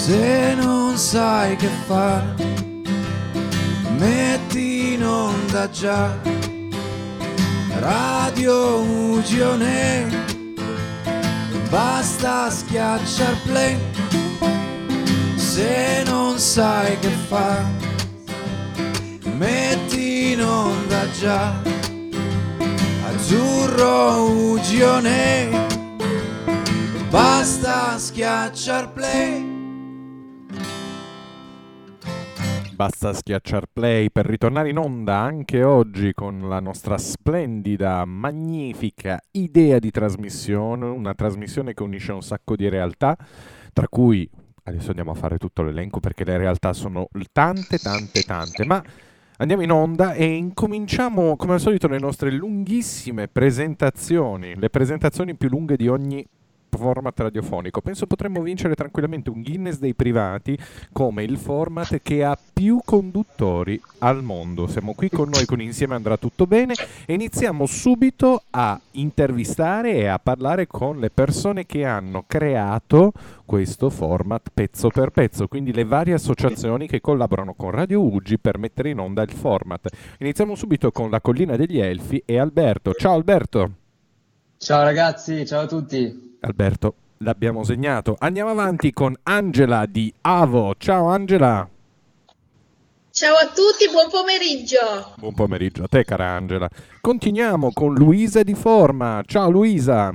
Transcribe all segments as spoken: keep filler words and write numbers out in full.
Se non sai che fare, metti in onda già Radio Ugione, basta schiacciar play. Se non sai che fare, metti in onda già Azzurro Ugione, basta schiacciar play. Basta schiacciar play per ritornare in onda anche oggi con la nostra splendida, magnifica idea di trasmissione, una trasmissione che unisce un sacco di realtà, tra cui adesso andiamo a fare tutto l'elenco perché le realtà sono tante, tante, tante, ma andiamo in onda e incominciamo come al solito le nostre lunghissime presentazioni, le presentazioni più lunghe di ogni format radiofonico. Penso potremmo vincere tranquillamente un Guinness dei privati come il format che ha più conduttori al mondo. Siamo qui con noi con Insieme Andrà Tutto Bene e iniziamo subito a intervistare e a parlare con le persone che hanno creato questo format pezzo per pezzo, quindi le varie associazioni che collaborano con Radio Ugi per mettere in onda il format. Iniziamo subito con la Collina degli Elfi e Alberto. Ciao Alberto! Ciao ragazzi, ciao a tutti! Alberto, l'abbiamo segnato. Andiamo avanti con Angela di Avo. Ciao Angela. Ciao a tutti, buon pomeriggio. Buon pomeriggio a te, cara Angela. Continuiamo con Luisa di Forma. Ciao Luisa.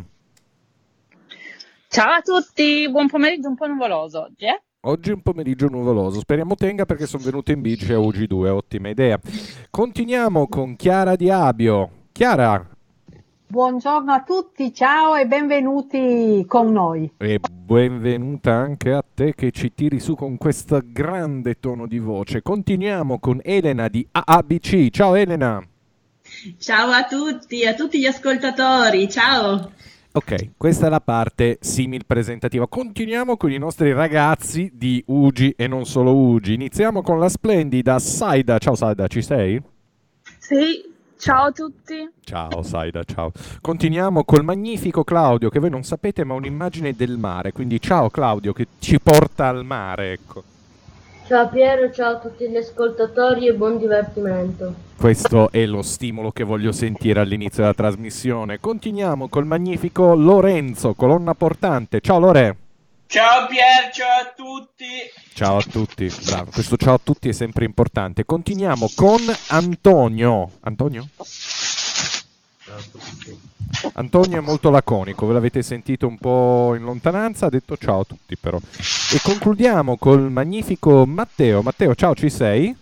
Ciao a tutti, buon pomeriggio un po' nuvoloso oggi, eh? Oggi è un pomeriggio nuvoloso, speriamo tenga perché sono venuto in bici a U G due, ottima idea. Continuiamo con Chiara di Abio. Chiara. Buongiorno a tutti, ciao e benvenuti con noi. E benvenuta anche a te che ci tiri su con questo grande tono di voce. Continuiamo con Elena di A A B C. Ciao Elena. Ciao a tutti, a tutti gli ascoltatori, ciao. Ok, questa è la parte simil presentativa. Continuiamo con i nostri ragazzi di Ugi e non solo Ugi. Iniziamo con la splendida Saida. Ciao Saida, ci sei? Sì. Ciao a tutti. Ciao Saida, ciao. Continuiamo col magnifico Claudio, che voi non sapete ma è un'immagine del mare, quindi ciao Claudio che ci porta al mare, ecco. Ciao Piero, ciao a tutti gli ascoltatori e buon divertimento. Questo è lo stimolo che voglio sentire all'inizio della trasmissione. Continuiamo col magnifico Lorenzo, colonna portante. Ciao Lore. Ciao Pier, ciao a tutti. Ciao a tutti, bravo. Questo ciao a tutti è sempre importante. Continuiamo con Antonio. Antonio? Ciao a tutti. Antonio è molto laconico, ve l'avete sentito un po' in lontananza, ha detto ciao a tutti però. E concludiamo col magnifico Matteo. Matteo, ciao, ci sei?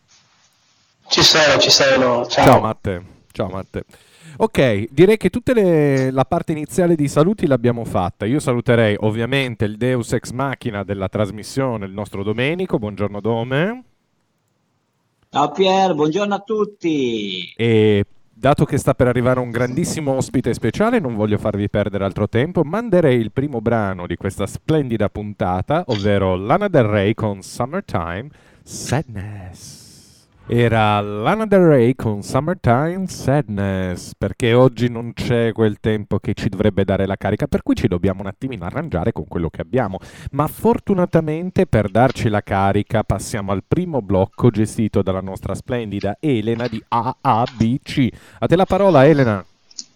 Ci sono, ci sono. Ciao, ciao Matteo. Ciao Matteo. Ok, direi che tutta la parte iniziale di saluti l'abbiamo fatta. Io saluterei ovviamente il Deus Ex Machina della trasmissione, il nostro Domenico. Buongiorno Dome. Ciao Pier, buongiorno a tutti. E dato che sta per arrivare un grandissimo ospite speciale, non voglio farvi perdere altro tempo, manderei il primo brano di questa splendida puntata, ovvero Lana Del Rey con Summertime Sadness. Era Lana Del Rey con Summertime Sadness, perché oggi non c'è quel tempo che ci dovrebbe dare la carica, per cui ci dobbiamo un attimino arrangiare con quello che abbiamo. Ma fortunatamente per darci la carica passiamo al primo blocco gestito dalla nostra splendida Elena di A A B C. A te la parola Elena.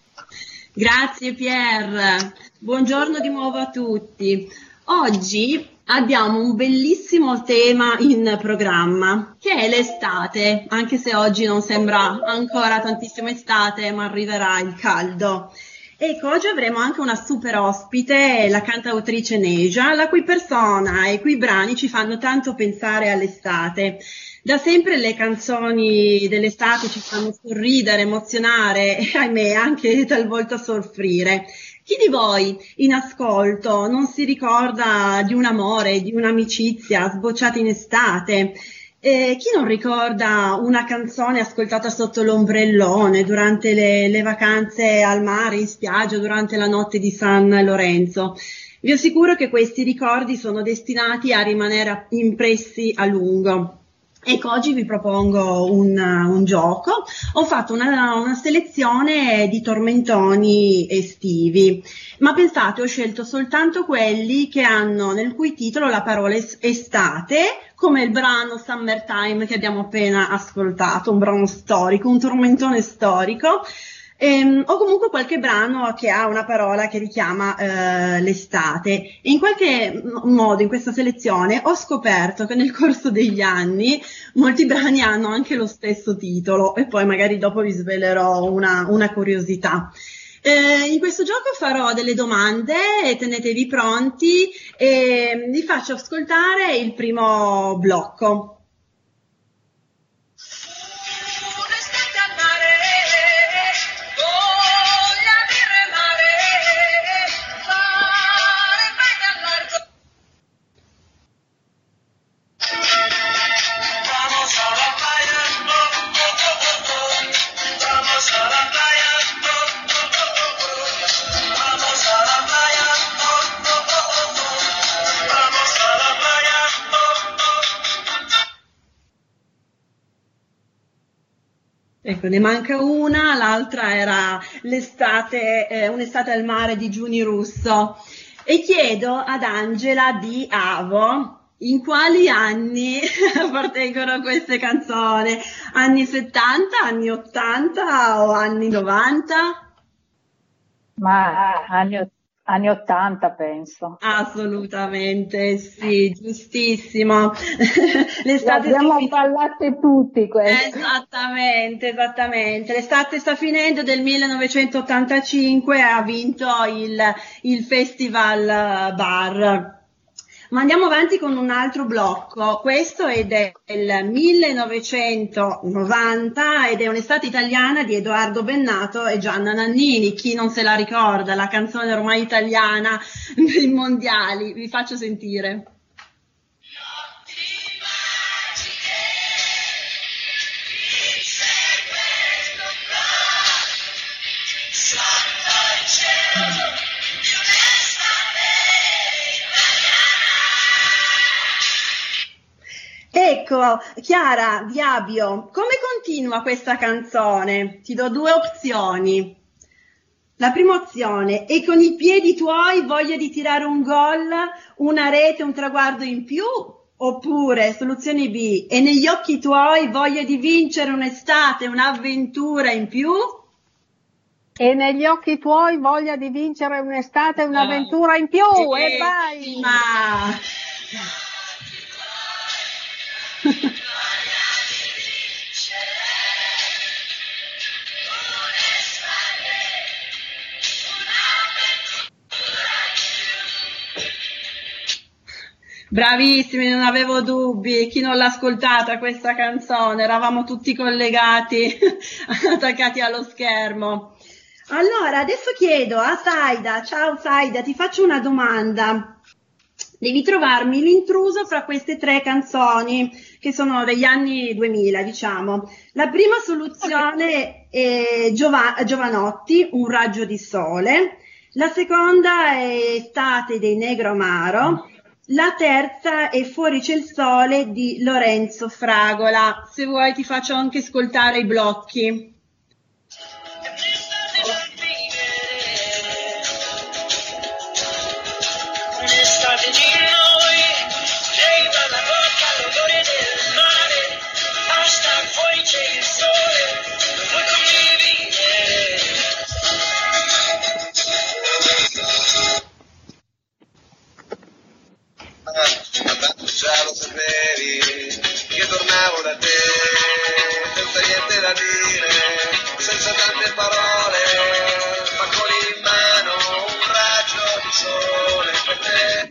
Grazie Pier, buongiorno di nuovo a tutti. Oggi abbiamo un bellissimo tema in programma, che è l'estate, anche se oggi non sembra ancora tantissimo estate, ma arriverà il caldo. Ecco, oggi avremo anche una super ospite, la cantautrice Neja, la cui persona e i cui brani ci fanno tanto pensare all'estate. Da sempre le canzoni dell'estate ci fanno sorridere, emozionare e, ahimè, anche talvolta soffrire. Chi di voi in ascolto non si ricorda di un amore, di un'amicizia sbocciata in estate? Eh, chi non ricorda una canzone ascoltata sotto l'ombrellone durante le, le vacanze al mare, in spiaggia, durante la notte di San Lorenzo? Vi assicuro che questi ricordi sono destinati a rimanere impressi a lungo. Ecco, oggi vi propongo un, un gioco. Ho fatto una, una selezione di tormentoni estivi, ma pensate, ho scelto soltanto quelli che hanno nel cui titolo la parola es- estate, come il brano Summertime che abbiamo appena ascoltato, un brano storico, un tormentone storico. Ehm, o comunque qualche brano che ha una parola che richiama eh, l'estate. E in qualche modo in questa selezione ho scoperto che nel corso degli anni molti brani hanno anche lo stesso titolo, e poi magari dopo vi svelerò una, una curiosità. Eh, in questo gioco farò delle domande, tenetevi pronti e vi faccio ascoltare il primo blocco. Ecco, ne manca una, l'altra era l'estate, eh, un'estate al mare di Giuni Russo. E chiedo ad Angela di Avo in quali anni appartengono queste canzoni? Anni settanta, anni ottanta o anni novanta? Ma anni, anni ottanta penso. Assolutamente sì, giustissimo. L'estate abbiamo fin... ballate tutti queste. Esattamente, esattamente. L'estate sta finendo del millenovecentottantacinque, ha vinto il, il Festival Bar. Ma andiamo avanti con un altro blocco. Questo è del millenovecentonovanta ed è un'estate italiana di Edoardo Bennato e Gianna Nannini. Chi non se la ricorda, la canzone ormai italiana dei mondiali. Vi faccio sentire. Ecco, Chiara di Abio, come continua questa canzone? Ti do due opzioni. La prima opzione: e con i piedi tuoi voglia di tirare un gol, una rete, un traguardo in più? Oppure, soluzione B, e negli occhi tuoi voglia di vincere un'estate, un'avventura in più? E negli occhi tuoi voglia di vincere un'estate, un'avventura in più? Eh, e vai! Ma... Bravissimi, non avevo dubbi. Chi non l'ha ascoltata questa canzone? Eravamo tutti collegati, attaccati allo schermo. Allora, adesso chiedo a Saida, ciao Saida, ti faccio una domanda. Devi trovarmi l'intruso fra queste tre canzoni che sono degli anni duemila, diciamo. La prima soluzione è Giova- Giovanotti, Un raggio di sole. La seconda è Estate dei Negro Amaro. La terza è Fuori c'è il sole di Lorenzo Fragola. Se vuoi ti faccio anche ascoltare i blocchi. Un'estate di noi, lei va alla rocca all'odore del mare, basta fuori c'è il sole, vuoi condividere? Ma già lo sapevi, che tornavo da te, senza niente da dire, senza tante parole, ma con in mano un raggio di sole per te.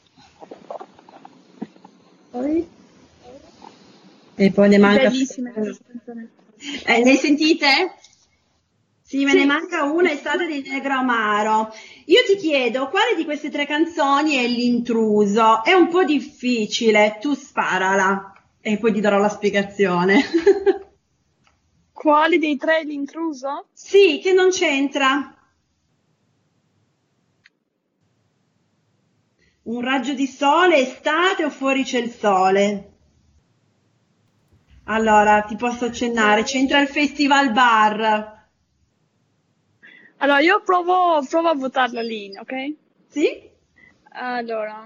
Poi? E poi ne manca... Bellissima questa canzone. Eh, ne sentite? Sì, me sì. Ne manca una, Estate di Negro Amaro. Io ti chiedo, quale di queste tre canzoni è l'intruso? È un po' difficile, tu sparala e poi ti darò la spiegazione. Quale dei tre è l'intruso? Sì, che non c'entra. Un raggio di sole, estate o fuori c'è il sole? Allora, ti posso accennare, c'entra il Festival Bar. Allora, io provo, provo a votarla lì, ok? Sì? Allora.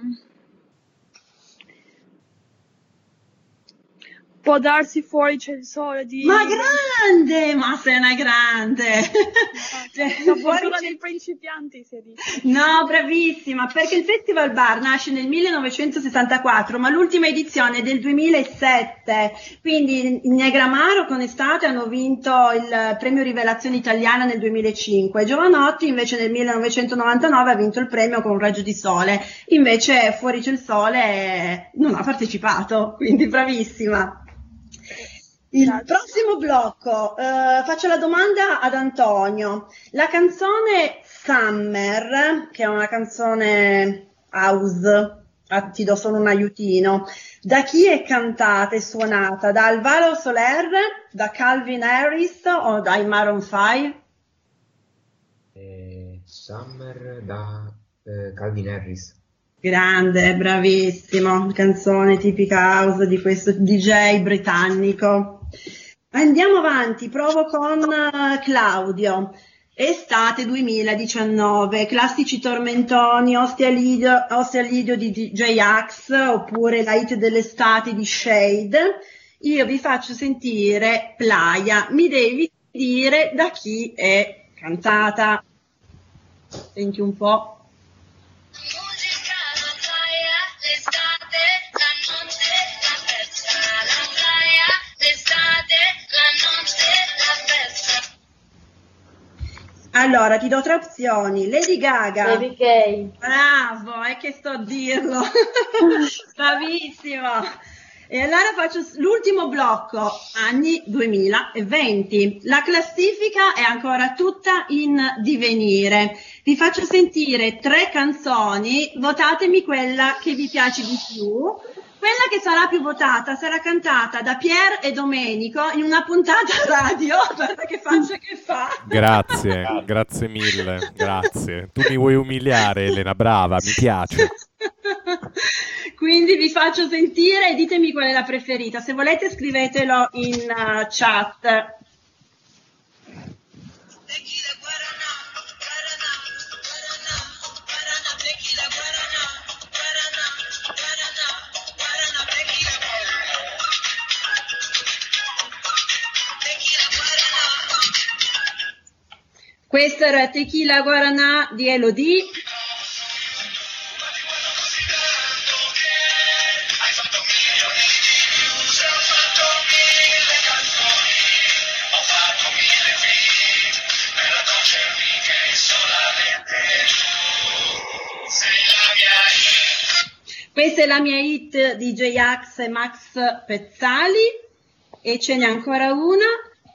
Può darsi fuori c'è il sole di... Ma grande! Ma sei una grande! Cioè, La fuori fortuna c'è- dei principianti, si dice. No, bravissima, perché il Festival Bar nasce nel millenovecentosessantaquattro, ma l'ultima edizione è del duemilasette, quindi in Negramaro con Estate hanno vinto il premio Rivelazione Italiana nel duemilacinque, Giovanotti invece nel millenovecentonovantanove ha vinto il premio con Un raggio di sole, invece Fuori c'è il sole non ha partecipato, quindi bravissima. Il prossimo blocco, eh, faccio la domanda ad Antonio. La canzone Summer, che è una canzone house, ah, ti do solo un aiutino, da chi è cantata e suonata? Da Alvaro Soler, da Calvin Harris o dai Maroon cinque? Eh, Summer da eh, Calvin Harris. Grande, bravissimo, canzone tipica house di questo D J britannico. Andiamo avanti, provo con eh, Claudio. Estate duemiladiciannove, classici tormentoni, Ostia Lidio, Ostia Lidio di D J Axe oppure la hit dell'estate di Shade. Io vi faccio sentire Playa, mi devi dire da chi è cantata. Senti un po'. Allora, ti do tre opzioni. Lady Gaga. Baby K. Bravo, è che sto a dirlo. Bravissimo. E allora faccio s- l'ultimo blocco, anni duemilaventi. La classifica è ancora tutta in divenire. Vi faccio sentire tre canzoni, votatemi quella che vi piace di più. Quella che sarà più votata sarà cantata da Pier e Domenico in una puntata radio. Guarda che faccia che fa. Grazie, grazie mille, grazie. Tu mi vuoi umiliare, Elena, brava, mi piace. Quindi vi faccio sentire e ditemi qual è la preferita. Se volete scrivetelo in uh, chat. Questo era Tequila Guaraná di Elodie. Questa è la mia hit di J-Ax e Max Pezzali e ce n'è ancora una.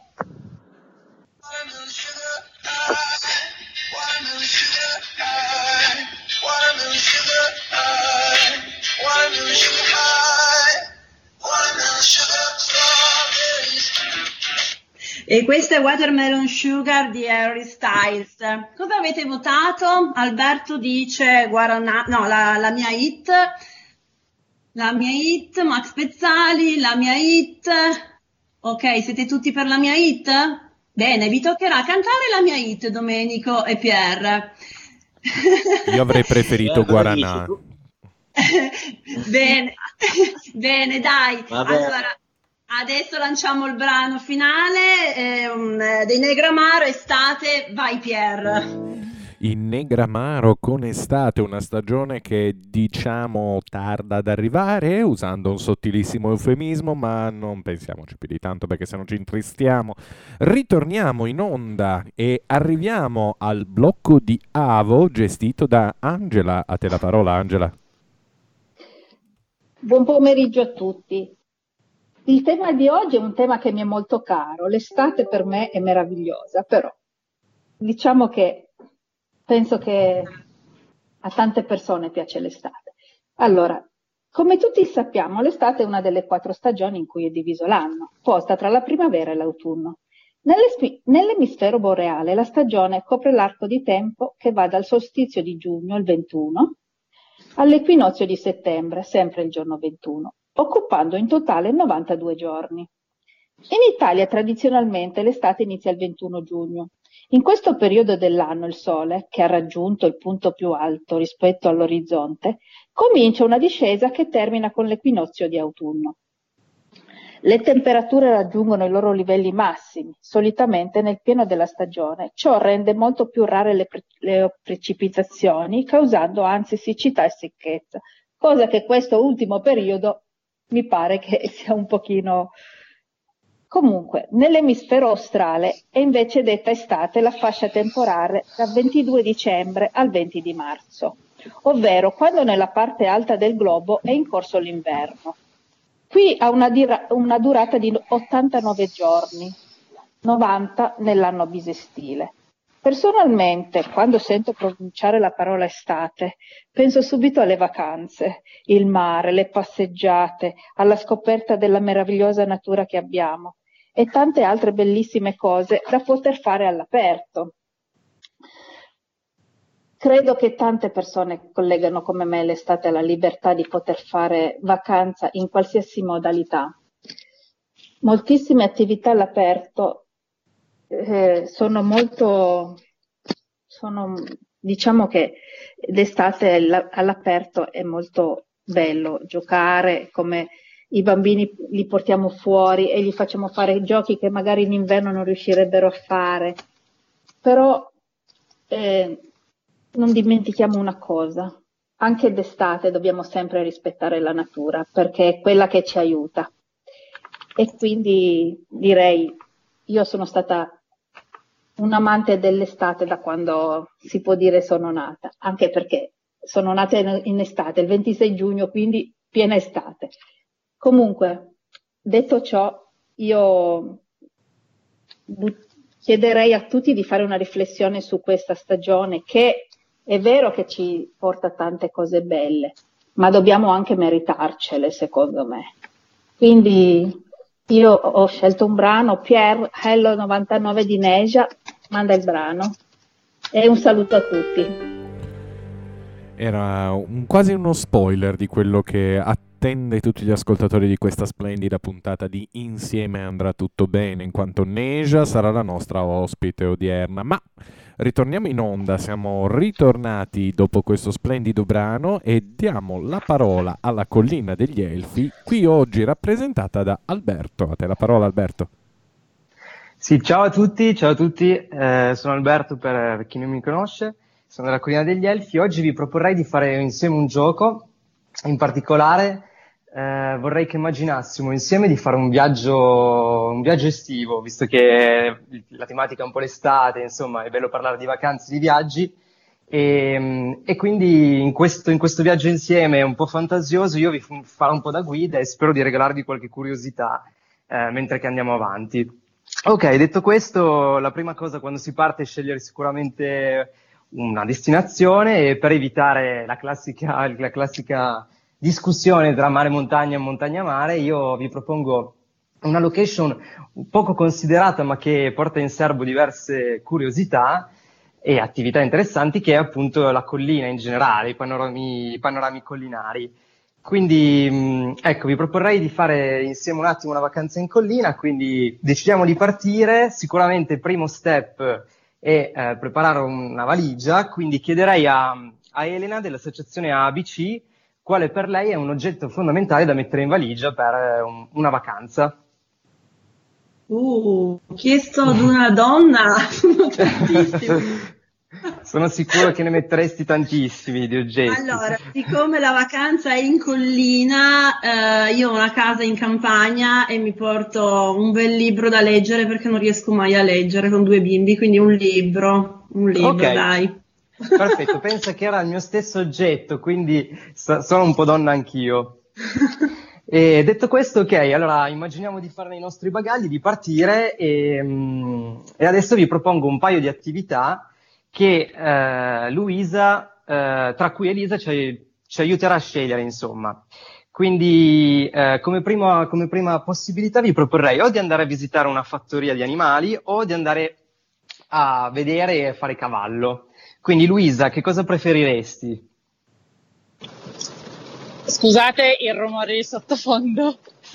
E questa è Watermelon Sugar di Harry Styles. Cosa avete votato? Alberto dice Guaraná, no, la, la mia hit, la mia hit, Max Pezzali, la mia hit. Ok, siete tutti per la mia hit? Bene, vi toccherà cantare la mia hit, Domenico e Pier. Io avrei preferito Guaraná. Bene, bene, dai. Vabbè. Allora, adesso lanciamo il brano finale eh, um, dei Negramaro, Estate, vai Pier. In Negramaro con Estate, una stagione che diciamo tarda ad arrivare, usando un sottilissimo eufemismo, ma non pensiamoci più di tanto perché se no ci intristiamo. Ritorniamo in onda e arriviamo al blocco di Avo gestito da Angela. A te la parola, Angela. Buon pomeriggio a tutti. Il tema di oggi è un tema che mi è molto caro. L'estate per me è meravigliosa, però diciamo che penso che a tante persone piace l'estate. Allora, come tutti sappiamo, l'estate è una delle quattro stagioni in cui è diviso l'anno, posta tra la primavera e l'autunno. Nell'espi- Nell'emisfero boreale la stagione copre l'arco di tempo che va dal solstizio di giugno, il ventuno, all'equinozio di settembre, sempre il giorno ventuno, occupando in totale novantadue giorni. In Italia tradizionalmente l'estate inizia il ventuno giugno. In questo periodo dell'anno il Sole, che ha raggiunto il punto più alto rispetto all'orizzonte, comincia una discesa che termina con l'equinozio di autunno. Le temperature raggiungono i loro livelli massimi, solitamente nel pieno della stagione. Ciò rende molto più rare le, pre- le precipitazioni, causando anzi siccità e secchezza, cosa che questo ultimo periodo mi pare che sia un pochino... Comunque, nell'emisfero australe è invece detta estate la fascia temporale dal ventidue dicembre al venti di marzo, ovvero quando nella parte alta del globo è in corso l'inverno. Qui ha una, dira- una durata di ottantanove giorni, novanta nell'anno bisestile. Personalmente, quando sento pronunciare la parola estate, penso subito alle vacanze, il mare, le passeggiate, alla scoperta della meravigliosa natura che abbiamo e tante altre bellissime cose da poter fare all'aperto. Credo che tante persone collegano come me l'estate alla libertà di poter fare vacanza in qualsiasi modalità. Moltissime attività all'aperto eh, sono molto, sono, diciamo che l'estate all'aperto è molto bello, giocare, come i bambini li portiamo fuori e gli facciamo fare giochi che magari in inverno non riuscirebbero a fare, però eh, non dimentichiamo una cosa, anche d'estate dobbiamo sempre rispettare la natura perché è quella che ci aiuta. E quindi direi, io sono stata un amante dell'estate da quando si può dire sono nata, anche perché sono nata in, in estate, il ventisei giugno, quindi piena estate. Comunque, detto ciò, io chiederei a tutti di fare una riflessione su questa stagione che è vero che ci porta tante cose belle, ma dobbiamo anche meritarcele, secondo me. Quindi io ho scelto un brano, Pierre Hello novantanove di Neja, manda il brano e un saluto a tutti. Era un, quasi uno spoiler di quello che attende tutti gli ascoltatori di questa splendida puntata di Insieme andrà tutto bene, in quanto Neja sarà la nostra ospite odierna. Ma ritorniamo in onda, siamo ritornati dopo questo splendido brano e diamo la parola alla Collina degli Elfi, qui oggi rappresentata da Alberto. A te la parola, Alberto. Sì, ciao a tutti, ciao a tutti, eh, sono Alberto per, per chi non mi conosce, sono della Collina degli Elfi. Oggi vi proporrei di fare insieme un gioco, in particolare eh, vorrei che immaginassimo insieme di fare un viaggio, un viaggio estivo, visto che la tematica è un po' l'estate, insomma è bello parlare di vacanze, di viaggi, e, e quindi in questo, in questo viaggio insieme un po' fantasioso io vi farò un po' da guida e spero di regalarvi qualche curiosità eh, mentre che andiamo avanti. Ok, detto questo, la prima cosa quando si parte è scegliere sicuramente una destinazione, e per evitare la classica, la classica discussione tra mare e montagna e montagna mare, io vi propongo una location poco considerata ma che porta in serbo diverse curiosità e attività interessanti, che è appunto la collina in generale, i panorami, i panorami collinari. Quindi ecco, vi proporrei di fare insieme un attimo una vacanza in collina, quindi decidiamo di partire. Sicuramente il primo step è eh, preparare una valigia, quindi chiederei a, a Elena dell'associazione A B C quale per lei è un oggetto fondamentale da mettere in valigia per eh, un, una vacanza. Uh, chiesto ad una donna, sono tantissimi. Sono sicuro che ne metteresti tantissimi di oggetti. Allora, siccome la vacanza è in collina, eh, io ho una casa in campagna e mi porto un bel libro da leggere perché non riesco mai a leggere con due bimbi, quindi un libro, un libro, okay. Dai. Perfetto, pensa che era il mio stesso oggetto, quindi so- sono un po' donna anch'io. E detto questo, ok, allora immaginiamo di fare i nostri bagagli, di partire e, mm, e adesso vi propongo un paio di attività che eh, Luisa, eh, tra cui Elisa ci, ci aiuterà a scegliere, insomma. Quindi eh, come, prima, come prima possibilità vi proporrei o di andare a visitare una fattoria di animali o di andare a vedere e fare cavallo. Quindi Luisa, che cosa preferiresti? Scusate il rumore di sottofondo. Sì,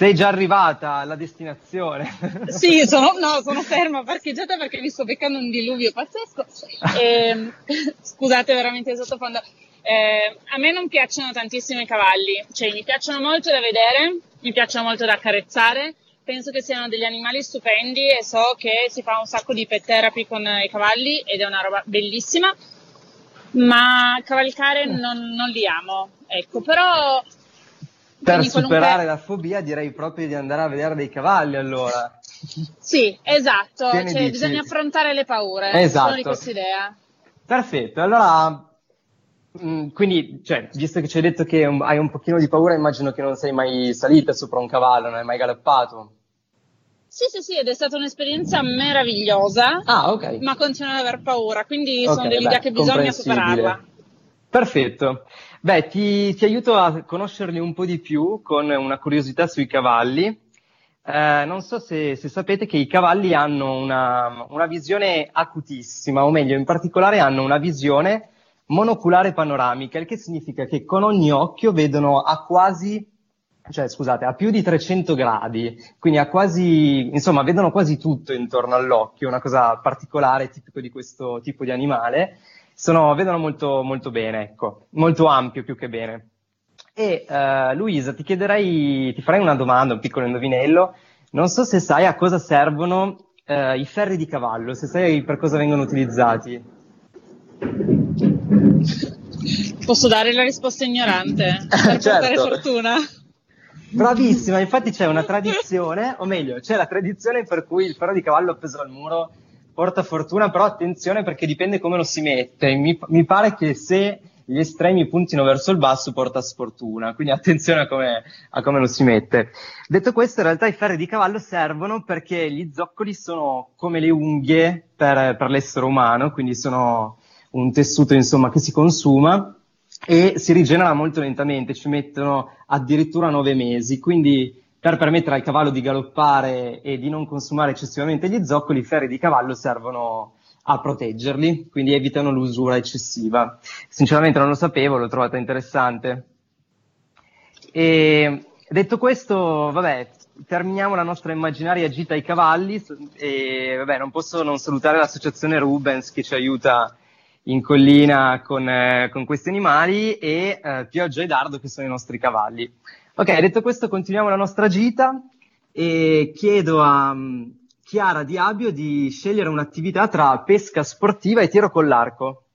sei già arrivata alla destinazione? Sì, sono, no, sono ferma, parcheggiata perché mi sto beccando un diluvio pazzesco. E, scusate, veramente sottofondo. Eh, a me non piacciono tantissimo i cavalli, cioè mi piacciono molto da vedere, mi piacciono molto da accarezzare. Penso che siano degli animali stupendi e so che si fa un sacco di pet therapy con i cavalli ed è una roba bellissima, ma cavalcare non, non li amo, ecco, però... Per qualunque... superare la fobia direi proprio di andare a vedere dei cavalli allora. Sì, esatto, Che ne cioè, dici? bisogna affrontare le paure, Esatto. sono di questa idea. Perfetto, allora... mh, Quindi, cioè, visto che ci hai detto che un- hai un pochino di paura, immagino che non sei mai salita sopra un cavallo, non hai mai galoppato. Sì, sì, sì, ed è stata un'esperienza meravigliosa, Ah, ok. ma continuo ad aver paura, quindi Ok, sono dell'idea beh, che bisogna comprensibile. superarla. Perfetto. Beh, ti, ti aiuto a conoscerli un po' di più con una curiosità sui cavalli. Eh, non so se, se sapete che i cavalli hanno una, una visione acutissima, o meglio, in particolare hanno una visione monoculare panoramica, il che significa che con ogni occhio vedono a quasi, cioè scusate, a più di trecento gradi, quindi a quasi, insomma, vedono quasi tutto intorno all'occhio, una cosa particolare, tipico di questo tipo di animale. Sono, vedono molto, molto bene, ecco, molto ampio più che bene. E eh, Luisa, ti chiederei, ti farei una domanda, un piccolo indovinello. Non so se sai a cosa servono eh, i ferri di cavallo, se sai per cosa vengono utilizzati. Posso dare la risposta ignorante per portare Certo. fortuna? Bravissima, infatti c'è una tradizione, o meglio, c'è la tradizione per cui il ferro di cavallo appeso al muro porta fortuna, però attenzione perché dipende come lo si mette. Mi, mi pare che se gli estremi puntino verso il basso porta sfortuna, quindi attenzione a come, a come lo si mette. Detto questo, in realtà i ferri di cavallo servono perché gli zoccoli sono come le unghie per, per l'essere umano, quindi sono un tessuto insomma che si consuma e si rigenera molto lentamente, ci mettono addirittura nove mesi, quindi per permettere al cavallo di galoppare e di non consumare eccessivamente gli zoccoli, i ferri di cavallo servono a proteggerli, quindi evitano l'usura eccessiva. Sinceramente non lo sapevo, l'ho trovata interessante. E detto questo, vabbè, terminiamo la nostra immaginaria gita ai cavalli e vabbè, non posso non salutare l'associazione Rubens che ci aiuta in collina con, eh, con questi animali e eh, Pioggia e Dardo che sono i nostri cavalli. Ok, detto questo continuiamo la nostra gita e chiedo a um, Chiara Di Abio di scegliere un'attività tra pesca sportiva e tiro con l'arco.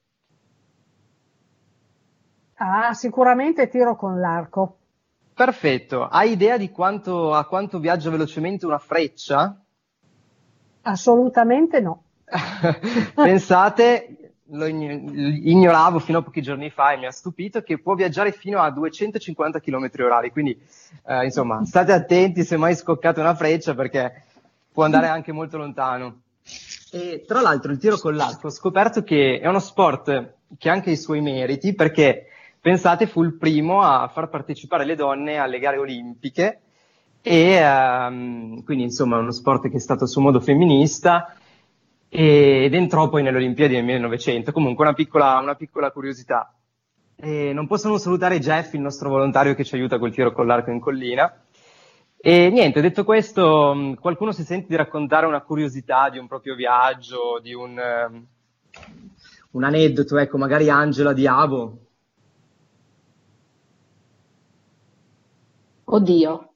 Ah, sicuramente tiro con l'arco. Perfetto, hai idea di quanto, a quanto viaggia velocemente una freccia? Assolutamente no. Pensate, lo ign- ignoravo fino a pochi giorni fa e mi ha stupito che può viaggiare fino a duecentocinquanta chilometri orari, quindi eh, insomma state attenti se mai scoccate una freccia perché può andare anche molto lontano. E tra l'altro il tiro con l'arco ho scoperto che è uno sport che ha anche i suoi meriti perché pensate fu il primo a far partecipare le donne alle gare olimpiche e ehm, quindi insomma è uno sport che è stato a suo modo femminista ed entrò poi nelle Olimpiadi nel millenovecento, comunque una piccola, una piccola curiosità. E non posso non salutare Jeff, il nostro volontario che ci aiuta col tiro con l'arco in collina. E niente, detto questo, mh, qualcuno si sente di raccontare una curiosità di un proprio viaggio, di un, um, un aneddoto, ecco, magari Angela di Avo. Oddio.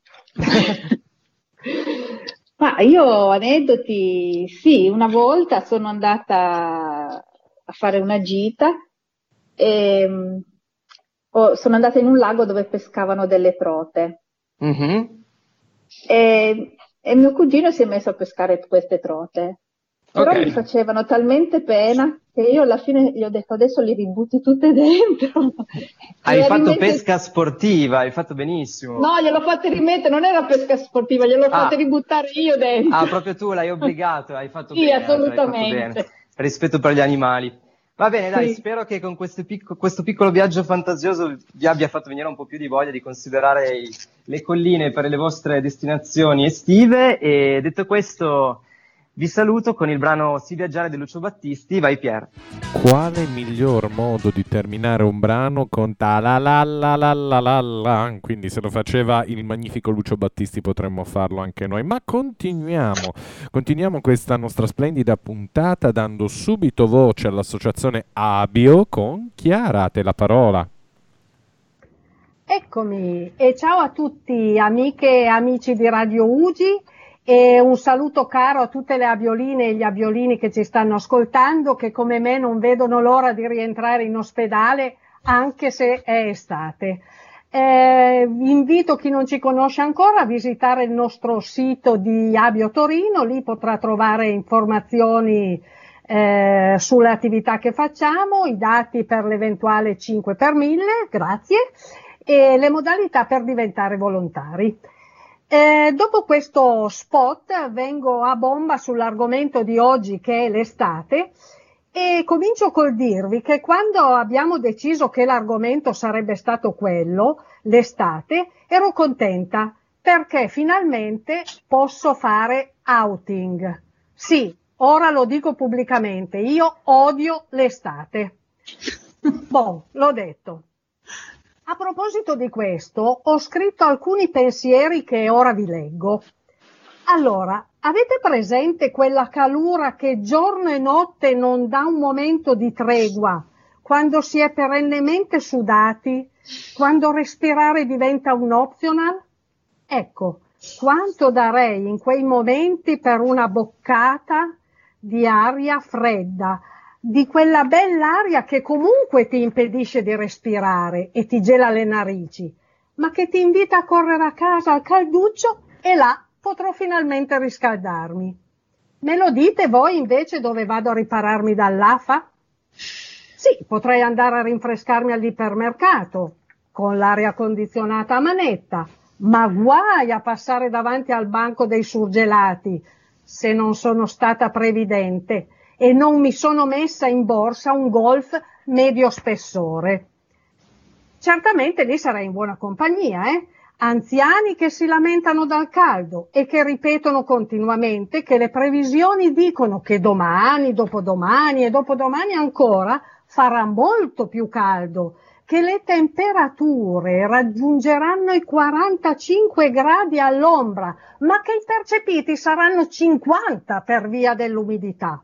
Ma io aneddoti, sì, una volta sono andata a fare una gita e mm, oh, sono andata in un lago dove pescavano delle trote Mhm. e, e mio cugino si è messo a pescare queste trote, però Ok. mi facevano talmente pena che io alla fine gli ho detto adesso li ributti tutte dentro. Hai Mi era fatto in mente- pesca sportiva, hai fatto benissimo. No, gliel'ho fatte rimettere, non era pesca sportiva, gliel'ho Ah. fatte ributtare io dentro. Ah, proprio tu l'hai obbligato, hai fatto Sì, bene. hai fatto assolutamente. bene. Rispetto per gli animali. Va bene, dai, Sì. spero che con questo, picco- questo piccolo viaggio fantasioso vi abbia fatto venire un po' più di voglia di considerare i- le colline per le vostre destinazioni estive. E detto questo, Vi saluto con il brano Si viaggiare di Lucio Battisti. Vai Pier. Quale miglior modo di terminare un brano con ta la la la la la la la? Quindi se lo faceva il magnifico Lucio Battisti potremmo farlo anche noi. Ma continuiamo, continuiamo questa nostra splendida puntata dando subito voce all'associazione Abio con Chiara, a te la parola. Eccomi, e ciao a tutti amiche e amici di Radio Ugi. E un saluto caro a tutte le abioline e gli abiolini che ci stanno ascoltando, che come me non vedono l'ora di rientrare in ospedale anche se è estate. Eh, invito chi non ci conosce ancora a visitare il nostro sito di Abio Torino, lì potrà trovare informazioni eh, sulle attività che facciamo, i dati per l'eventuale cinque per mille, grazie, e le modalità per diventare volontari. Eh, dopo questo spot vengo a bomba sull'argomento di oggi, che è l'estate, e comincio col dirvi che quando abbiamo deciso che l'argomento sarebbe stato quello, l'estate, ero contenta perché finalmente posso fare outing. Sì, ora lo dico pubblicamente, io odio l'estate. Boh, l'ho detto. A proposito di questo, ho scritto alcuni pensieri che ora vi leggo. Allora, avete presente quella calura che giorno e notte non dà un momento di tregua, quando si è perennemente sudati, quando respirare diventa un optional? Ecco, quanto darei in quei momenti per una boccata di aria fredda, di quella bell'aria che comunque ti impedisce di respirare e ti gela le narici, ma che ti invita a correre a casa al calduccio e là potrò finalmente riscaldarmi. Me lo dite voi invece dove vado a ripararmi dall'A F A? Sì, potrei andare a rinfrescarmi all'ipermercato con l'aria condizionata a manetta, ma guai a passare davanti al banco dei surgelati se non sono stata previdente e non mi sono messa in borsa un golf medio spessore. Certamente lì sarei in buona compagnia, eh? Anziani che si lamentano dal caldo e che ripetono continuamente che le previsioni dicono che domani, dopodomani e dopodomani ancora farà molto più caldo, che le temperature raggiungeranno i quarantacinque gradi all'ombra, ma che i percepiti saranno cinquanta per via dell'umidità.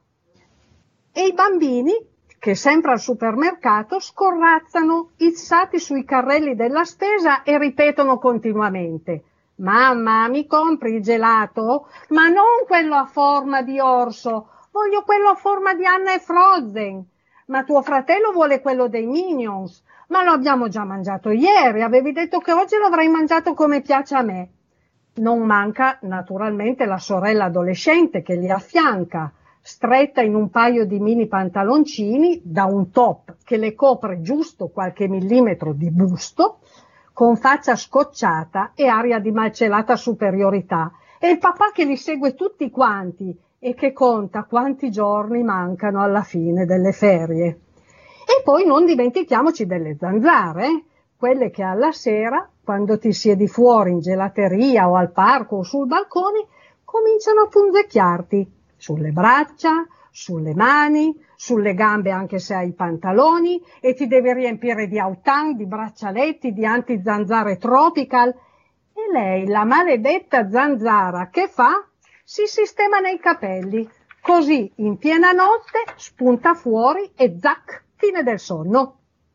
E i bambini, che sempre al supermercato scorrazzano izzati sui carrelli della spesa e ripetono continuamente: mamma, mi compri il gelato? Ma non quello a forma di orso, voglio quello a forma di Anna e Frozen. Ma tuo fratello vuole quello dei Minions. Ma lo abbiamo già mangiato ieri, avevi detto che oggi lo avrei mangiato come piace a me. Non manca naturalmente la sorella adolescente che li affianca, stretta in un paio di mini pantaloncini da un top che le copre giusto qualche millimetro di busto, con faccia scocciata e aria di malcelata superiorità, e il papà che li segue tutti quanti e che conta quanti giorni mancano alla fine delle ferie. E poi non dimentichiamoci delle zanzare, eh? Quelle che alla sera, quando ti siedi fuori in gelateria o al parco o sul balcone, cominciano a punzecchiarti sulle braccia, sulle mani, sulle gambe anche se hai i pantaloni, e ti devi riempire di autan, di braccialetti, di antizanzare tropical. E lei, la maledetta zanzara, che fa? Si sistema nei capelli, così in piena notte spunta fuori e zac, fine del sonno.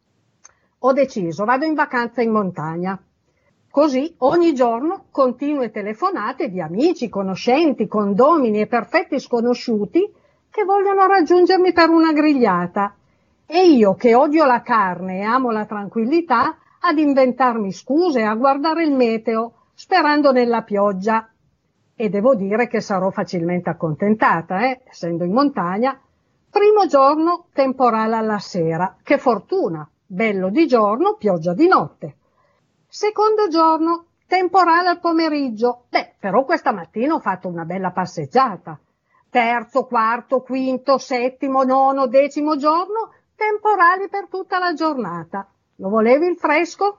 Ho deciso, vado in vacanza in montagna. Così ogni giorno continue telefonate di amici, conoscenti, condomini e perfetti sconosciuti che vogliono raggiungermi per una grigliata. E io, che odio la carne e amo la tranquillità, ad inventarmi scuse, a guardare il meteo, sperando nella pioggia. E devo dire che sarò facilmente accontentata, eh, essendo in montagna. Primo giorno, temporale alla sera. Che fortuna! Bello di giorno, pioggia di notte. Secondo giorno, temporale al pomeriggio. Beh, però questa mattina ho fatto una bella passeggiata. Terzo, quarto, quinto, settimo, nono, decimo giorno, temporali per tutta la giornata. Lo volevi il fresco?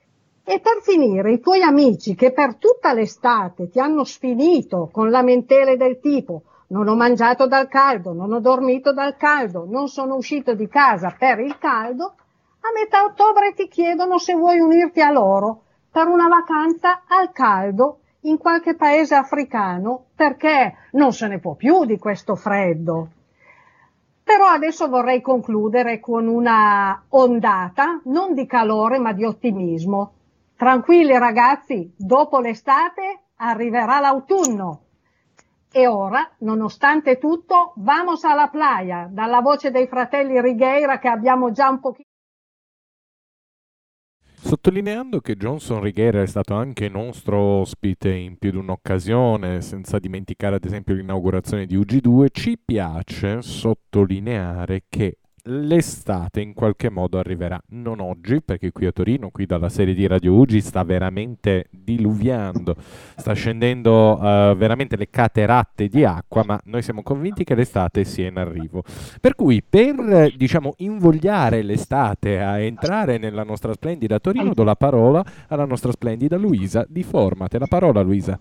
E per finire, i tuoi amici che per tutta l'estate ti hanno sfinito con lamentele del tipo: non ho mangiato dal caldo, non ho dormito dal caldo, non sono uscito di casa per il caldo, a metà ottobre ti chiedono se vuoi unirti a loro per una vacanza al caldo in qualche paese africano, perché non se ne può più di questo freddo. Però adesso vorrei concludere con una ondata, non di calore ma di ottimismo. Tranquilli ragazzi, dopo l'estate arriverà l'autunno. E ora, nonostante tutto, vamos alla playa, dalla voce dei fratelli Righeira che abbiamo già un pochino. Sottolineando che Johnson Righeira è stato anche nostro ospite in più di un'occasione, senza dimenticare ad esempio l'inaugurazione di U G due, ci piace sottolineare che l'estate in qualche modo arriverà, non oggi, perché qui a Torino, qui dalla sede di Radio U G I sta veramente diluviando, sta scendendo uh, veramente le cateratte di acqua, ma noi siamo convinti che l'estate sia in arrivo. Per cui per, diciamo, invogliare l'estate a entrare nella nostra splendida Torino, do la parola alla nostra splendida Luisa di Formate. La parola, Luisa.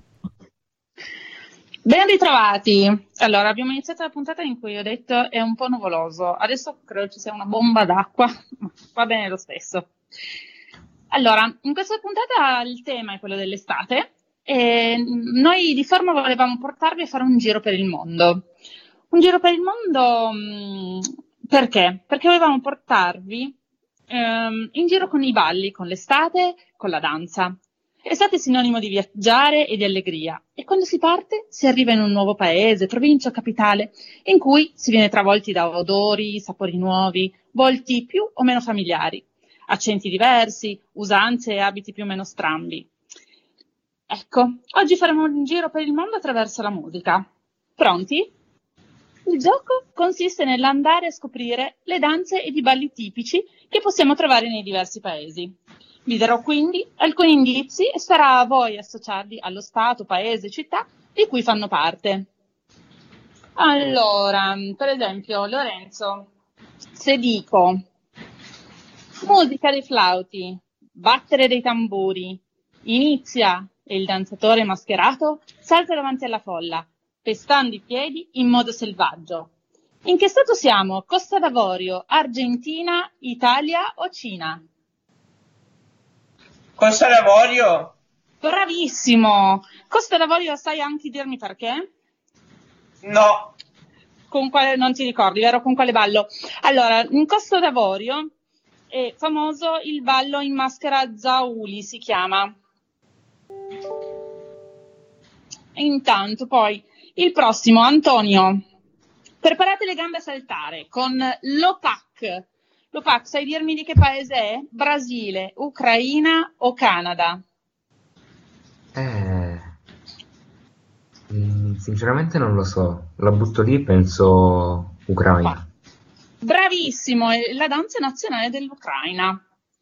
Ben ritrovati. Allora, abbiamo iniziato la puntata in cui ho detto è un po' nuvoloso. Adesso credo ci sia una bomba d'acqua, ma va bene lo stesso. Allora, in questa puntata il tema è quello dell'estate e noi di Forma volevamo portarvi a fare un giro per il mondo. Un giro per il mondo mh, perché? Perché volevamo portarvi ehm, in giro con i balli, con l'estate, con la danza. L'estate è sinonimo di viaggiare e di allegria e quando si parte si arriva in un nuovo paese, provincia o capitale in cui si viene travolti da odori, sapori nuovi, volti più o meno familiari, accenti diversi, usanze e abiti più o meno strambi. Ecco, oggi faremo un giro per il mondo attraverso la musica. Pronti? Il gioco consiste nell'andare a scoprire le danze ed i balli tipici che possiamo trovare nei diversi paesi. Vi darò quindi alcuni indizi e sarà a voi associarli allo stato, paese, città di cui fanno parte. Allora, per esempio, Lorenzo, se dico musica dei flauti, battere dei tamburi, inizia e il danzatore mascherato salta davanti alla folla, pestando i piedi in modo selvaggio. In che stato siamo? Costa d'Avorio, Argentina, Italia o Cina? Costa d'Avorio? Bravissimo! Costa d'Avorio, sai anche dirmi perché? No. Con quale, non ti ricordi, vero? Con quale ballo? Allora, in Costa d'Avorio è famoso il ballo in maschera Zauli, si chiama. E intanto poi, il prossimo, Antonio. Preparate le gambe a saltare con l'Opac. L'Opac, sai dirmi di che paese è? Brasile, Ucraina o Canada? Eh, mm, sinceramente non lo so. La butto lì, penso Ucraina. Bravissimo, è la danza nazionale dell'Ucraina.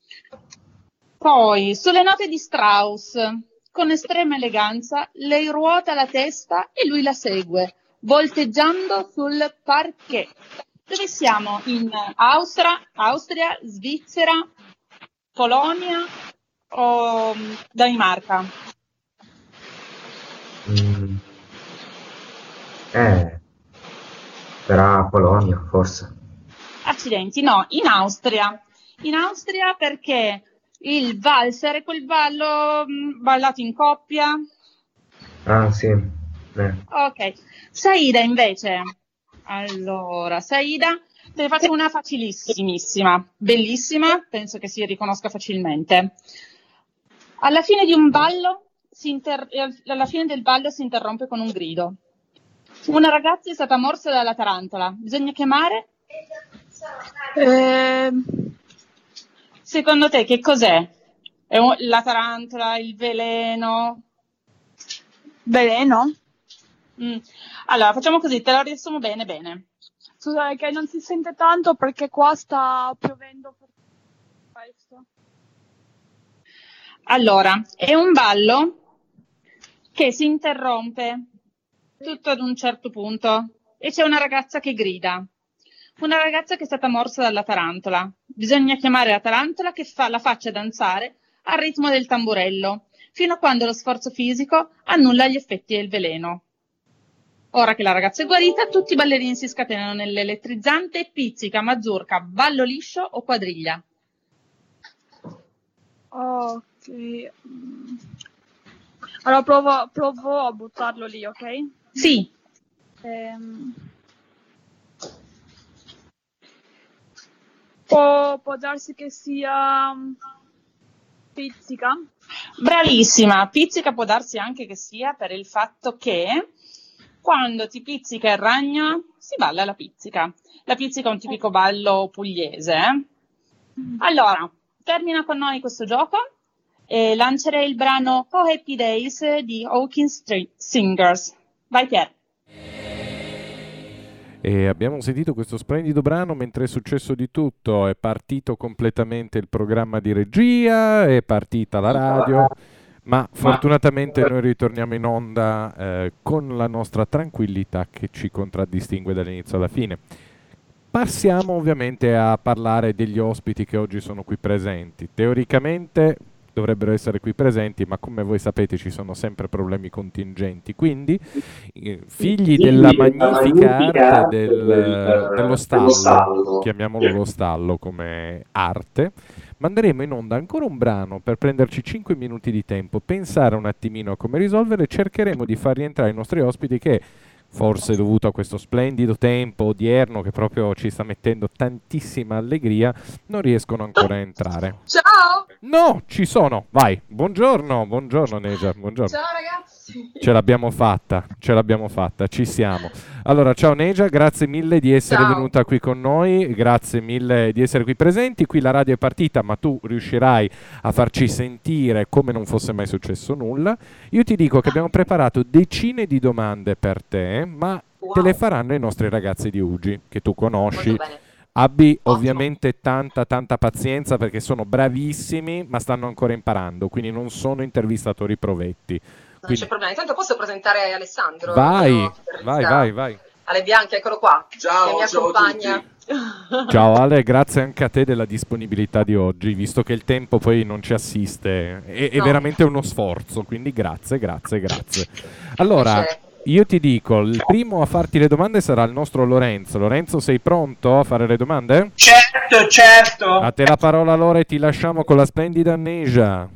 Poi, sulle note di Strauss, con estrema eleganza, lei ruota la testa e lui la segue, volteggiando sul parquet. Dove siamo? In Austria, Austria, Svizzera, Polonia o Danimarca? Mm, eh, sarà Polonia, forse. Accidenti, no, in Austria. In Austria perché il valzer è quel ballo mh, ballato in coppia. Ah, sì. Eh. Ok. Saida invece. Allora, Saida, te ne faccio una facilissimissima, bellissima, penso che si riconosca facilmente. Alla fine di un ballo, si inter- alla fine del ballo si interrompe con un grido. Una ragazza è stata morsa dalla tarantola, bisogna chiamare? Eh, secondo te che cos'è? È un- la tarantola, il veleno? Veleno? Mm. Allora, facciamo così, te lo riassumo bene bene. Scusa, è che non si sente tanto perché qua sta piovendo per questo. Allora, è un ballo che si interrompe tutto ad un certo punto e c'è una ragazza che grida. Una ragazza che è stata morsa dalla tarantola. Bisogna chiamare la tarantola che fa, la faccia danzare al ritmo del tamburello, fino a quando lo sforzo fisico annulla gli effetti del veleno. Ora che la ragazza è guarita, tutti i ballerini si scatenano nell'elettrizzante pizzica, mazurka, ballo liscio o quadriglia. Ok. Allora provo, provo a buttarlo lì, ok? Sì. Ehm... Può, può darsi che sia pizzica? Bravissima, pizzica può darsi anche che sia per il fatto che quando ti pizzica il ragno si balla la pizzica. La pizzica è un tipico ballo pugliese. Eh? Allora, termina con noi questo gioco e lancerei il brano Oh Happy Days di Hawkins Singers. Vai Pier. E abbiamo sentito questo splendido brano mentre è successo di tutto, è partito completamente il programma di regia, è partita la radio, ma fortunatamente noi ritorniamo in onda eh, con la nostra tranquillità che ci contraddistingue dall'inizio alla fine. Passiamo ovviamente a parlare degli ospiti che oggi sono qui presenti. Teoricamente dovrebbero essere qui presenti, ma come voi sapete ci sono sempre problemi contingenti, quindi eh, figli della magnifica arte del, dello stallo, chiamiamolo lo stallo come arte, manderemo in onda ancora un brano per prenderci cinque minuti di tempo, pensare un attimino a come risolvere e cercheremo di far rientrare i nostri ospiti che, forse dovuto a questo splendido tempo odierno che proprio ci sta mettendo tantissima allegria, non riescono ancora a entrare. Ciao! No, ci sono, vai, buongiorno, buongiorno Neja, buongiorno. Ciao ragazzi! Ce l'abbiamo fatta, ce l'abbiamo fatta, ci siamo. Allora, ciao Neja, grazie mille di essere Ciao. venuta qui con noi, grazie mille di essere qui presenti. Qui la radio è partita, ma tu riuscirai a farci sentire come non fosse mai successo nulla. Io ti dico che abbiamo preparato decine di domande per te, ma Wow. te le faranno i nostri ragazzi di Ugi, che tu conosci. Abbi ovviamente tanta tanta pazienza perché sono bravissimi, ma stanno ancora imparando, quindi non sono intervistatori provetti. Non Quindi c'è problema. Intanto posso presentare Alessandro? vai, Quello che vai, sta- vai, vai. Ale Bianchi, eccolo qua. Ciao, che mi ciao a accompagna. Ciao Ale, grazie anche a te della disponibilità di oggi, visto che il tempo poi non ci assiste, è, è No. veramente uno sforzo, quindi grazie, grazie, grazie. Allora, Piacere. io ti dico, il primo a farti le domande sarà il nostro Lorenzo. Lorenzo, sei pronto a fare le domande? Certo, certo. A te la parola allora e ti lasciamo con la splendida Neja.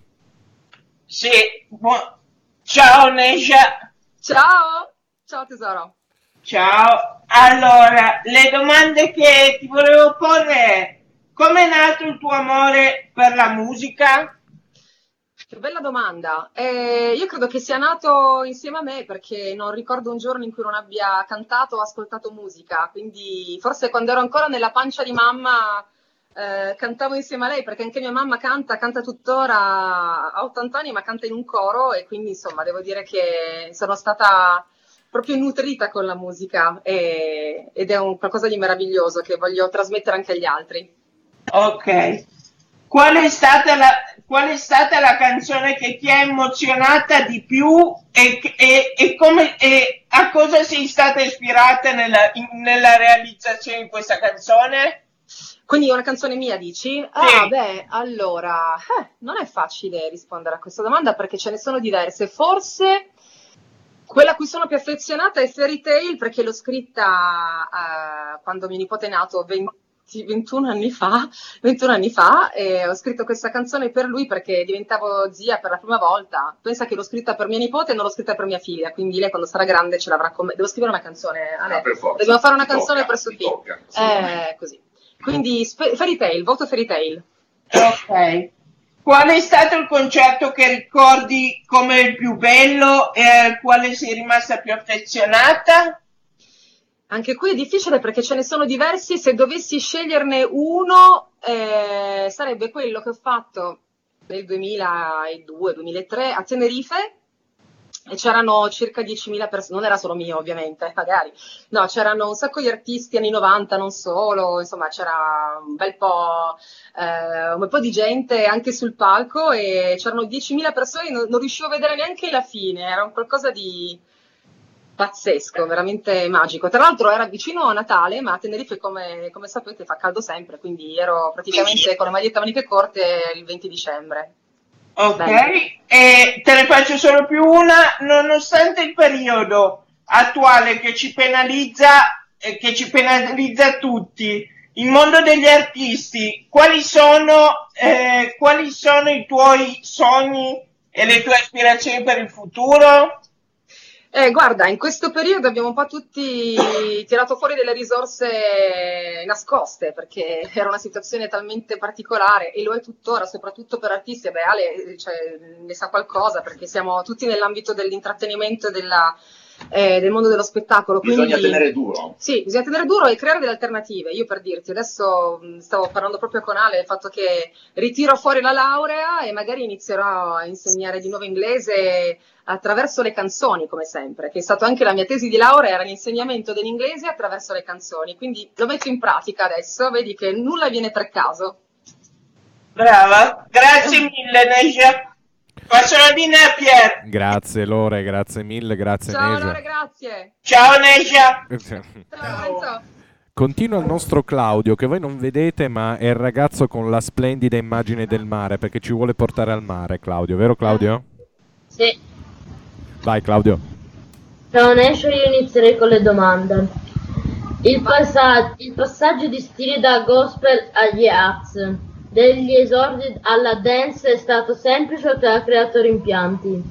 Sì. bu- Ciao Nesha. Ciao! Ciao tesoro. Ciao. Allora, le domande che ti volevo porre è: come è nato il tuo amore per la musica? Che bella domanda. Eh, io credo che sia nato insieme a me perché non ricordo un giorno in cui non abbia cantato o ascoltato musica, quindi forse quando ero ancora nella pancia di mamma eh, cantavo insieme a lei perché anche mia mamma canta, canta tuttora, ha ottanta anni ma canta in un coro e quindi insomma devo dire che sono stata proprio nutrita con la musica e- ed è un qualcosa di meraviglioso che voglio trasmettere anche agli altri. Ok. Qual è stata la, qual è stata la canzone che ti ha emozionata di più e, e, e, come, e a cosa sei stata ispirata nella, in- nella realizzazione di questa canzone? Quindi una canzone mia, dici? Ah, beh, allora, eh, non è facile rispondere a questa domanda perché ce ne sono diverse. Forse quella a cui sono più affezionata è Fairy Tail perché l'ho scritta eh, quando mio nipote è nato venti ventuno anni fa, ventuno anni fa e ho scritto questa canzone per lui perché diventavo zia per la prima volta. Pensa che l'ho scritta per mia nipote e non l'ho scritta per mia figlia, quindi lei quando sarà grande ce l'avrà con me. Devo scrivere una canzone, Ale. Ah, per forza. Dobbiamo fare una Ti canzone tocca, per ti Sofia. tocca, assolutamente. Eh, così. Quindi sp- Fairy Tail, voto Fairy Tail. Ok. Qual è stato il concerto che ricordi come il più bello e al quale sei rimasta più affezionata? Anche qui è difficile perché ce ne sono diversi, se dovessi sceglierne uno eh, sarebbe quello che ho fatto nel duemiladue duemilatré a Tenerife e c'erano circa diecimila persone, non era solo mio ovviamente, magari, no, c'erano un sacco di artisti anni novanta, non solo, insomma c'era un bel po', eh, un bel po' di gente anche sul palco e c'erano diecimila persone, non, non riuscivo a vedere neanche la fine, era un qualcosa di pazzesco, veramente magico. Tra l'altro era vicino a Natale, ma a Tenerife, come, come sapete, fa caldo sempre, quindi ero praticamente con le magliette a maniche corte il venti dicembre. Ok, Bello. e te ne faccio solo più una, nonostante il periodo attuale che ci penalizza e che ci penalizza tutti. Il mondo degli artisti, quali sono, eh, quali sono i tuoi sogni e le tue aspirazioni per il futuro? Eh, guarda, in questo periodo abbiamo un po' tutti tirato fuori delle risorse nascoste, perché era una situazione talmente particolare, e lo è tuttora, soprattutto per artisti. Beh, Ale, cioè, ne sa qualcosa, perché siamo tutti nell'ambito dell'intrattenimento e della, eh, del mondo dello spettacolo. Bisogna quindi, tenere duro. Sì, bisogna tenere duro e creare delle alternative. Io, per dirti, adesso mh, stavo parlando proprio con Ale del fatto che ritiro fuori la laurea e magari inizierò a insegnare di nuovo inglese attraverso le canzoni, come sempre, che è stato anche la mia tesi di laurea, era l'insegnamento dell'inglese attraverso le canzoni, quindi lo metto in pratica adesso, vedi che nulla viene per caso. Brava, grazie mille Neja. Passo la linea a Pier. Grazie Lore, grazie mille, grazie Ciao Neja. Lore, grazie. Ciao Neja. Ciao Lorenzo. Continua il nostro Claudio, che voi non vedete, ma è il ragazzo con la splendida immagine del mare, perché ci vuole portare al mare, Claudio, vero Claudio? Sì. Vai Claudio. Ciao Nescio, io inizierei con le domande. Il, passa- il passaggio di stile da gospel agli arts, degli esordi alla dance, è stato semplice o ti ha creato rimpianti?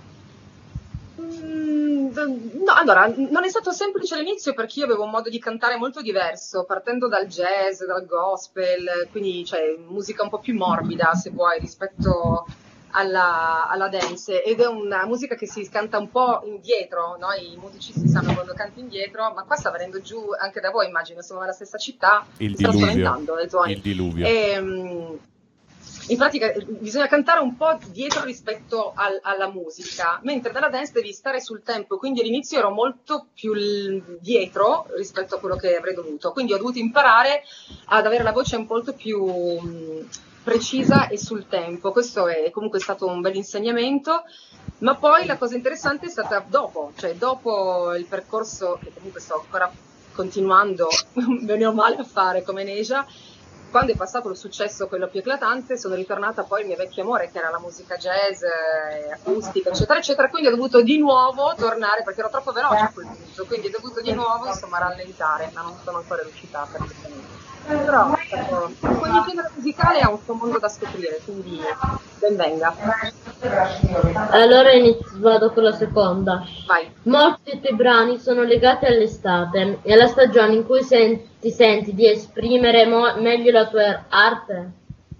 Mm, No, allora, non è stato semplice all'inizio, perché io avevo un modo di cantare molto diverso, partendo dal jazz, dal gospel, quindi cioè, musica un po' più morbida, se vuoi, rispetto alla, alla dance, ed è una musica che si canta un po' indietro, no? I musicisti sanno quando canti indietro, ma qua sta venendo giù anche da voi, immagino, siamo nella stessa città, Il mi sta diluvio. spaventando nei tuoni. Il diluvio. E, mm, in pratica bisogna cantare un po' dietro rispetto al- alla musica, mentre dalla dance devi stare sul tempo, quindi all'inizio ero molto più l- dietro rispetto a quello che avrei dovuto, quindi ho dovuto imparare ad avere la voce molto più mh, precisa e sul tempo. Questo è comunque stato un bel insegnamento, ma poi la cosa interessante è stata dopo, cioè dopo il percorso che comunque sto ancora continuando bene o male a fare come Neja. Quando è passato il successo, quello più eclatante, sono ritornata poi al mio vecchio amore, che era la musica jazz, eh, acustica, eccetera, eccetera. Quindi ho dovuto di nuovo tornare, perché ero troppo veloce a quel punto, quindi ho dovuto di nuovo, insomma, rallentare, ma non sono ancora riuscita perfettamente. Però ecco, ogni genere musicale ha un suo mondo da scoprire, quindi ben venga. Allora inizio, vado con la seconda. Vai. Molti dei tuoi brani sono legati all'estate e alla stagione in cui sen- ti senti di esprimere mo- meglio la tua arte.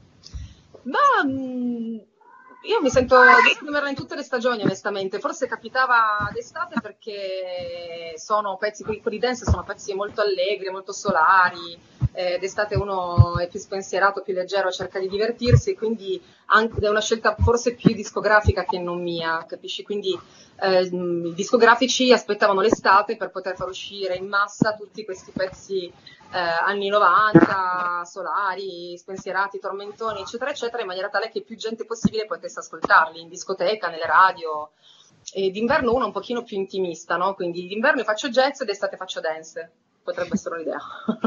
Ma mh, io mi sento di esprimerla in tutte le stagioni, onestamente. Forse capitava d'estate perché sono pezzi, quelli quelli dance sono pezzi molto allegri, molto solari. Eh, d'estate uno è più spensierato, più leggero, cerca di divertirsi, quindi anche, è una scelta forse più discografica che non mia, capisci? Quindi eh, i discografici aspettavano l'estate per poter far uscire in massa tutti questi pezzi eh, anni novanta, solari, spensierati, tormentoni, eccetera, eccetera, in maniera tale che più gente possibile potesse ascoltarli in discoteca, nelle radio. E d'inverno uno è un pochino più intimista, no? Quindi d'inverno faccio jazz e d'estate faccio dance. Potrebbe essere un'idea.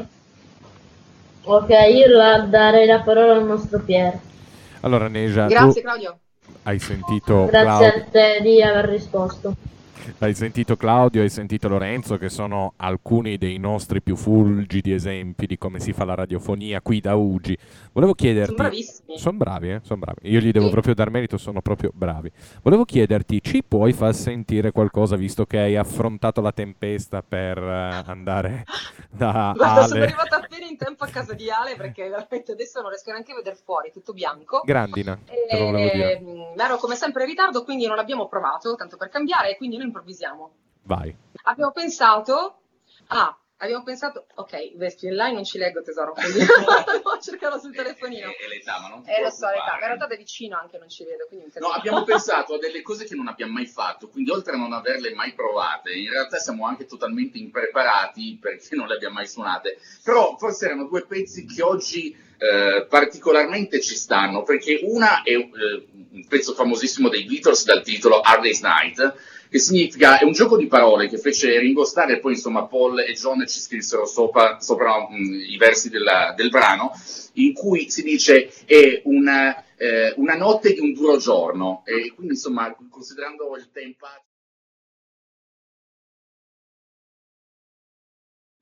Ok, io darei la parola al nostro Pier. Allora Neja, Grazie tu Claudio. hai sentito Grazie Claudio, a te di aver risposto. hai sentito Claudio, hai sentito Lorenzo, che sono alcuni dei nostri più fulgidi esempi di come si fa la radiofonia qui da U G I. Volevo chiederti... Sono bravissimi. Sono bravi, eh? Sono bravi. Io gli devo Sì. proprio dar merito, sono proprio bravi. Volevo chiederti, ci puoi far sentire qualcosa, visto che hai affrontato la tempesta per eh, andare da Guarda, sono Ale? arrivata appena in tempo a casa di Ale, perché veramente adesso non riesco neanche a vedere fuori, è tutto bianco. Grandina, te lo volevo dire. E, mh, ero come sempre in ritardo, quindi non abbiamo provato, tanto per cambiare, e quindi noi improvvisiamo. Vai. Abbiamo pensato, ah, abbiamo pensato, ok, vesti online non ci leggo tesoro, quindi devo cercarlo sul telefonino. È l'età, ma non ti Eh lo so, l'età, preoccupare. ma in realtà da vicino anche non ci vedo, quindi mi No, abbiamo pensato a delle cose che non abbiamo mai fatto, quindi oltre a non averle mai provate, in realtà siamo anche totalmente impreparati perché non le abbiamo mai suonate. Però forse erano due pezzi che oggi eh, particolarmente ci stanno, perché una è eh, un pezzo famosissimo dei Beatles dal titolo Hard Day's Night, che significa, è un gioco di parole che fece Ringo Starr e poi insomma Paul e John ci scrissero sopra, sopra mh, i versi della- del brano, in cui si dice è una, eh, una notte di un duro giorno, e quindi insomma considerando il tempo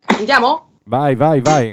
Andiamo? Vai, vai, vai.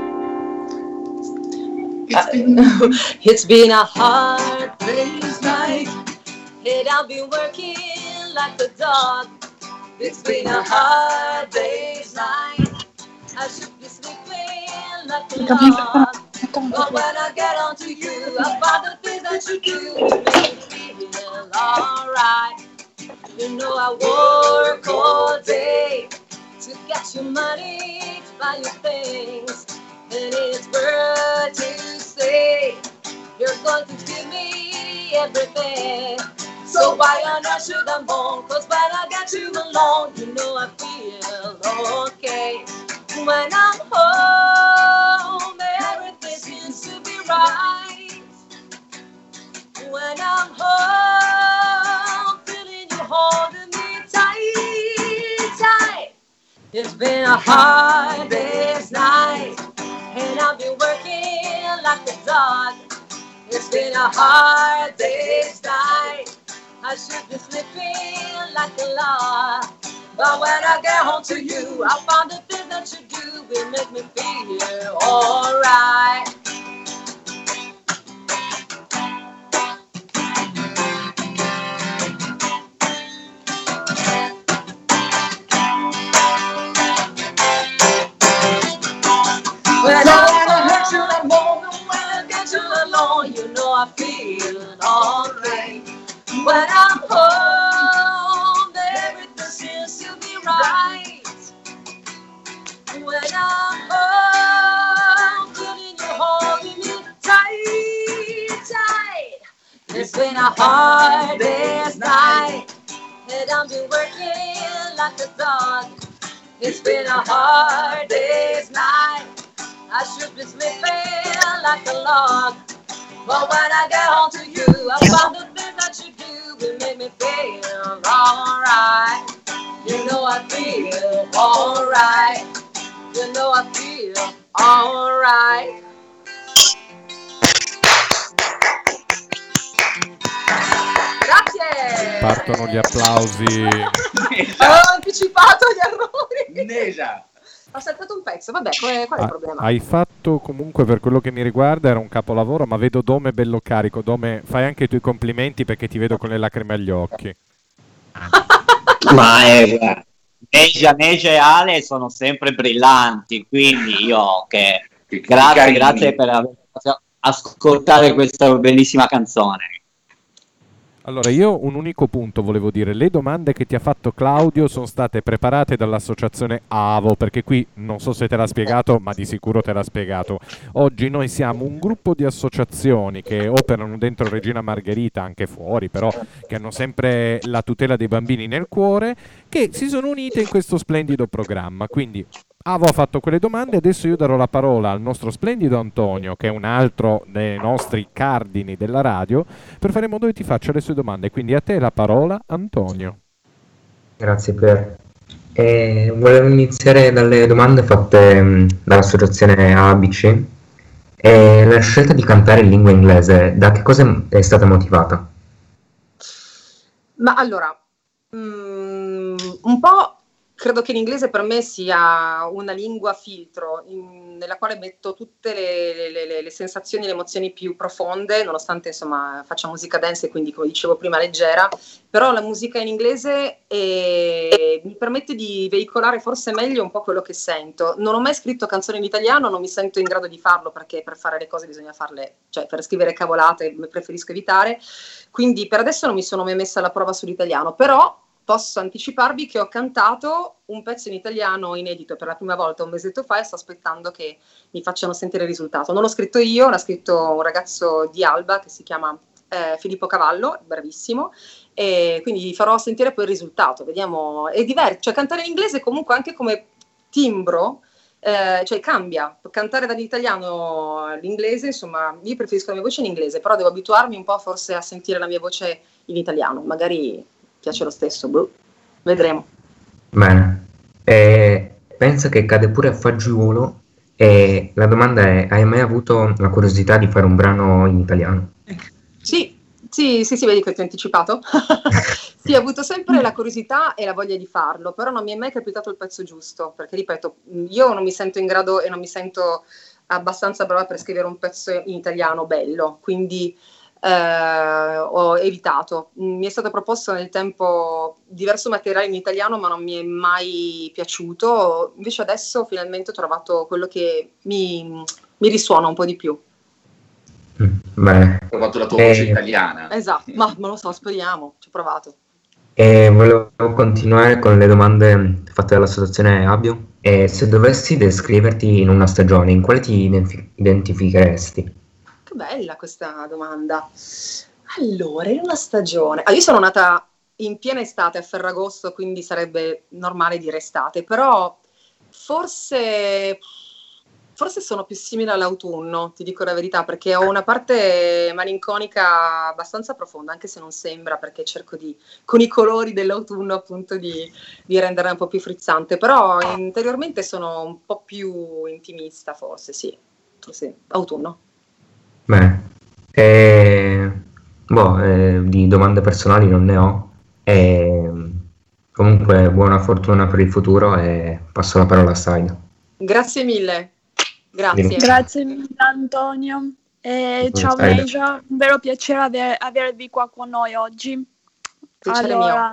It's been, it's been a hard day's night, and I've been working like a dog. It's been a hard day's night, I should be sleeping like a dog. But when I get onto you, I find the things that you do to make me feel alright. You know I work all day to get your money, to buy your things, and it's worth to say you're going to give me everything. So why on earth should I mourn? Cause when I get you alone, you know I feel okay. When I'm home, everything seems to be right. When I'm home, feeling you holding me tight, tight. It's been a hard day's night, and I've been working like a dog. It's been a hard day's night, I should be sleeping like a log. But when I get home to you, I find the things that you do will make me feel alright. When I wanna hurt you like more than when I get you alone, you know I feel alright. When I'm home, everything seems to be right. When I'm home, feeling you holding me tight, tight. It's been a hard day's night, and I've been working like a dog. It's been a hard day's night, I should be sleeping like a log. But when I get home to you, I found the things that you do will make me feel alright. You know I feel alright. You know I feel alright. Grazie! Partono gli applausi. Ho anticipato gli errori. Nesa. Ho saltato un pezzo, vabbè, qual è, qual è il Ah, problema? hai fatto comunque, per quello che mi riguarda, era un capolavoro, ma vedo Dome bello carico. Dome, fai anche i tuoi complimenti perché ti vedo con le lacrime agli occhi. Ma eh, guarda, Neja, Neja e Ale sono sempre brillanti, quindi io che grazie, carini. grazie per aver fatto ascoltare questa bellissima canzone. Allora, io un unico punto volevo dire. Le domande che ti ha fatto Claudio sono state preparate dall'associazione AVO, perché qui non so se te l'ha spiegato, ma di sicuro te l'ha spiegato. Oggi noi siamo un gruppo di associazioni che operano dentro Regina Margherita, anche fuori, però che hanno sempre la tutela dei bambini nel cuore, che si sono unite in questo splendido programma. Quindi Avo ha fatto quelle domande, adesso io darò la parola al nostro splendido Antonio, che è un altro dei nostri cardini della radio, per fare in modo che ti faccia le sue domande. Quindi a te la parola, Antonio. Grazie Pier. E volevo iniziare dalle domande fatte mh, dall'associazione A B C. E la scelta di cantare in lingua inglese, da che cosa è stata motivata? Ma allora, mm, un po' credo che l'inglese per me sia una lingua filtro in- nella quale metto tutte le, le- le- le sensazioni e le emozioni più profonde, nonostante insomma faccia musica dance e quindi come dicevo prima leggera, però la musica in inglese eh, mi permette di veicolare forse meglio un po' quello che sento. Non ho mai scritto canzoni in italiano, non mi sento in grado di farlo perché per fare le cose bisogna farle, cioè per scrivere cavolate preferisco evitare, quindi per adesso non mi sono mai messa alla prova sull'italiano, però posso anticiparvi che ho cantato un pezzo in italiano inedito per la prima volta un mesetto fa e sto aspettando che mi facciano sentire il risultato. Non l'ho scritto io, l'ha scritto un ragazzo di Alba che si chiama eh, Filippo Cavallo, bravissimo, e quindi vi farò sentire poi il risultato. Vediamo, è diverso, cioè cantare in inglese comunque anche come timbro, eh, cioè cambia, cantare dall'italiano all'inglese, insomma io preferisco la mia voce in inglese, però devo abituarmi un po' forse a sentire la mia voce in italiano, magari piace lo stesso, boh, vedremo. Bene. E penso che cade pure a fagiolo. E la domanda è: hai mai avuto la curiosità di fare un brano in italiano? Sì, sì, sì, sì, vedi che ti ho anticipato. Sì, ho avuto sempre la curiosità e la voglia di farlo, però non mi è mai capitato il pezzo giusto, perché ripeto, io non mi sento in grado e non mi sento abbastanza brava per scrivere un pezzo in italiano bello, quindi eh, ho evitato. Mi è stato proposto nel tempo diverso materiale in italiano, ma non mi è mai piaciuto, invece adesso finalmente ho trovato quello che mi, mi risuona un po' di più. Beh, Ho trovato la tua voce eh, Esatto, ma non lo so, speriamo, ci ho provato. E volevo continuare con le domande fatte dall'associazione Abio. E se dovessi descriverti in una stagione, in quale ti identifi- identificheresti? Che bella questa domanda. Allora, in una stagione... Ah, io sono nata in piena estate a Ferragosto, quindi sarebbe normale dire estate, però forse... Forse sono più simile all'autunno, ti dico la verità, perché ho una parte malinconica abbastanza profonda, anche se non sembra, perché cerco di, con i colori dell'autunno appunto, di, di renderla un po' più frizzante, però interiormente sono un po' più intimista, forse, sì, forse autunno. Beh, eh, boh, eh, di domande personali non ne ho. E, comunque buona fortuna per il futuro e passo la parola a Saida. Grazie mille. Grazie. Grazie mille Antonio. E ciao Saida. Neja, un vero piacere aver- avervi qua con noi oggi. Piacere Allora,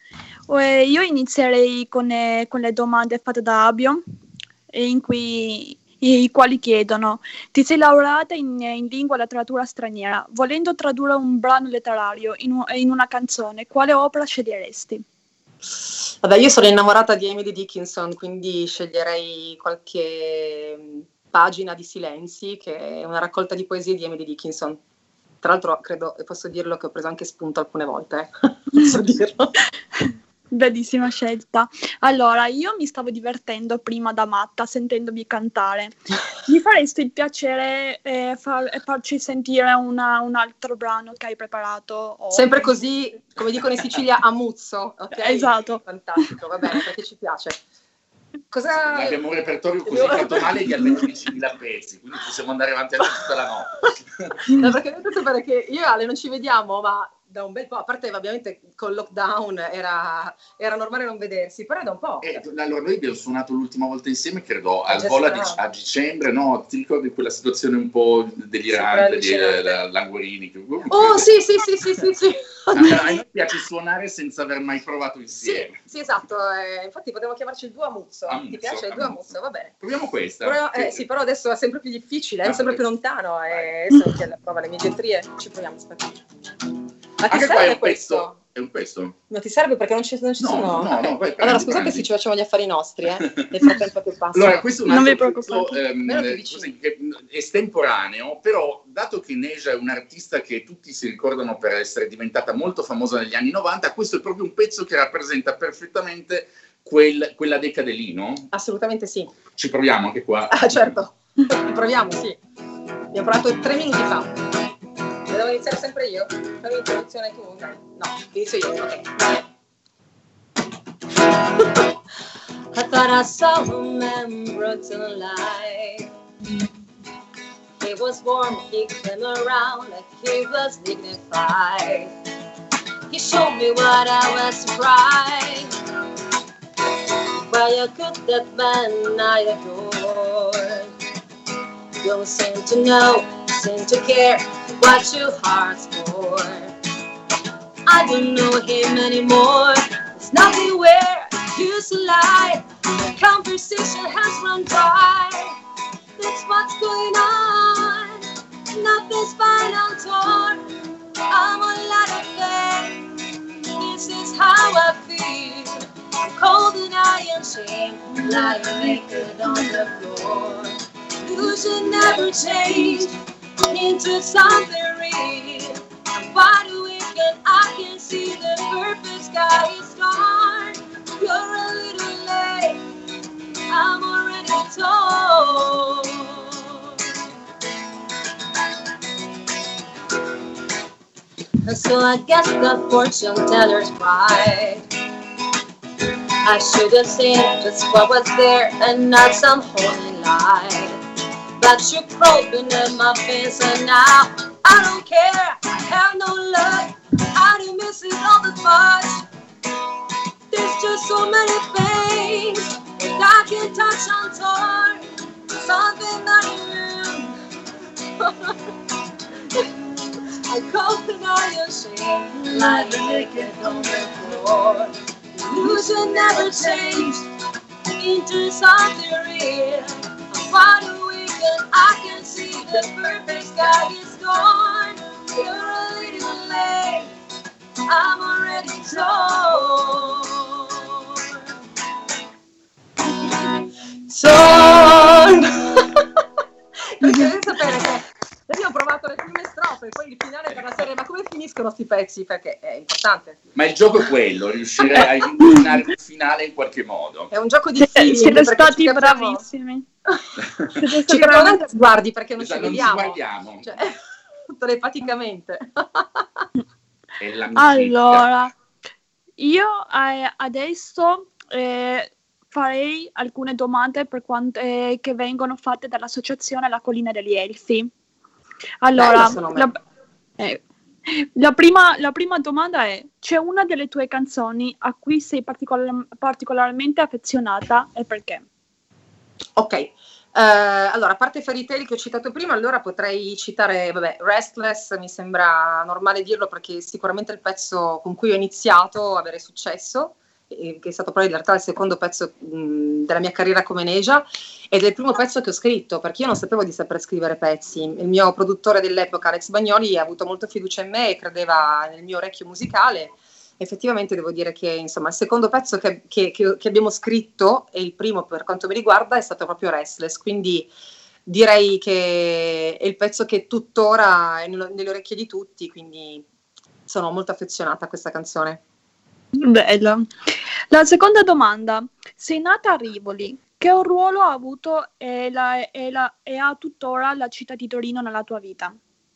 eh, io inizierei con, eh, con le domande fatte da Abio, eh, in cui i quali chiedono: ti sei laureata in, in lingua e letteratura straniera, volendo tradurre un brano letterario in, un- in una canzone, quale opera sceglieresti? Vabbè, io sono innamorata di Emily Dickinson, quindi sceglierei qualche pagina di Silenzi, che è una raccolta di poesie di Emily Dickinson. Tra l'altro, credo, e posso dirlo, che ho preso anche spunto alcune volte. Eh. Posso dirlo. Bellissima scelta. Allora, io mi stavo divertendo prima da matta sentendovi cantare. Mi faresti il piacere eh, far, eh, farci sentire una- un altro brano che hai preparato? O- Sempre così, come dicono in Sicilia, a muzzo. Ok? Esatto. Fantastico, va bene, perché ci piace. Cosa... Abbiamo un repertorio così fatto male di almeno diecimila pezzi, quindi possiamo andare avanti anche tutta la notte. No, perché devo sapere che io e Ale non ci vediamo, ma da un bel po', a parte ovviamente col lockdown era, era normale non vedersi, però è da un po'. Eh, allora noi abbiamo suonato l'ultima volta insieme, credo, al Just Vola Now. di- a dicembre, no? Ti ricordi quella situazione un po' delirante di allucinante. eh, Languarini? Che, Oh sì, sì, sì, sì, sì, sì. a, a noi piace suonare senza aver mai provato insieme. Sì, esatto, eh, infatti potremmo chiamarci il duo a muzzo. A Ti muzzo, piace il a duo a muzzo. muzzo? Va bene. Proviamo questa. Però, eh, Che- sì, però adesso è sempre più difficile, è Ah, sempre più questo. lontano e adesso chi è alla prova le mie getrie ci proviamo, aspetta. Ma ti Anche qua è serve un questo? pezzo. È un pezzo. Non ti serve perché non ci, non ci No, sono... no, no, Ok. vai, prendi, Allora scusate prendi. se ci facciamo gli affari nostri, eh, nel frattempo che passa. Allora, questo è un Non vi altro pezzo preoccupate. ehm, Meno più eh, vicino. così, che, mh, estemporaneo, però dato che Neja è un artista che tutti si ricordano per essere diventata molto famosa negli anni novanta, questo è proprio un pezzo che rappresenta perfettamente quel- quella decade lì, no? Assolutamente sì. Ci proviamo anche qua. Ah, certo. Proviamo, sì. Abbiamo provato tre minuti fa. Devo iniziare sempre io? Fammi l'introduzione tu? No, inizio io, ok. I thought I saw a man brought to life. He was warm, he came around like he was dignified. He showed me what I was right. Why you could that man I adored. Don't seem to know, seem to care what your heart's for. I don't know him anymore. There's nothing where I used to lie. The conversation has run dry. That's what's going on. Nothing's fine, I'm torn. I'm a lot of pain. This is how I feel. I'm cold and I am ashamed. Lying naked on the floor. You should never change into something real. I'm wide awake and I can see the perfect sky is gone. You're a little late, I'm already told. And so I guess the fortune teller's right. I should have seen just what was there and not some holy lie. But you're probing in my face and now I don't care, I have no luck. I do miss it all the much. so many things that I can touch and turn. Something that you I cope in all your shame, like the naked on the floor. Illusion never changed into something real. I'm wide awake and I can see the perfect sky is gone. You're a little late, I'm already torn. Torn. Perché devi sapere che io ho provato le prime strofe, poi il finale per la serie, ma come finiscono sti pezzi? Perché è importante. Ma il gioco è quello, riuscire a indovinare il finale in qualche modo. È un gioco di feeling. Siete perché stati ci capiamo- bravissimi. Ci capiamo anche a sguardi perché non Esatto, ci non ci vediamo. guardiamo. Cioè, telepaticamente. È l'amicizia. Allora, io eh, adesso eh, farei alcune domande per quanto, eh, che vengono fatte dall'associazione La Collina degli Elfi. Allora, Bello sto nome. la, eh, la prima, la prima domanda è: c'è una delle tue canzoni a cui sei particolar- particolarmente affezionata e perché? Ok, eh, allora a parte Fairy Tail che ho citato prima, allora potrei citare, vabbè, Restless, mi sembra normale dirlo perché sicuramente il pezzo con cui ho iniziato a avere successo, eh, che è stato poi in realtà il secondo pezzo mh, della mia carriera come Neja, ed è il primo pezzo che ho scritto, perché io non sapevo di saper scrivere pezzi. Il mio produttore dell'epoca, Alex Bagnoli, ha avuto molta fiducia in me e credeva nel mio orecchio musicale. Effettivamente devo dire che insomma il secondo pezzo che, che, che, che abbiamo scritto e il primo per quanto mi riguarda è stato proprio Restless, quindi direi che è il pezzo che tuttora è nelle, nelle orecchie di tutti, quindi sono molto affezionata a questa canzone. Bello. La seconda domanda: sei nata a Rivoli, che ruolo ha avuto e, la, e, la, e ha tuttora la città di Torino nella tua vita?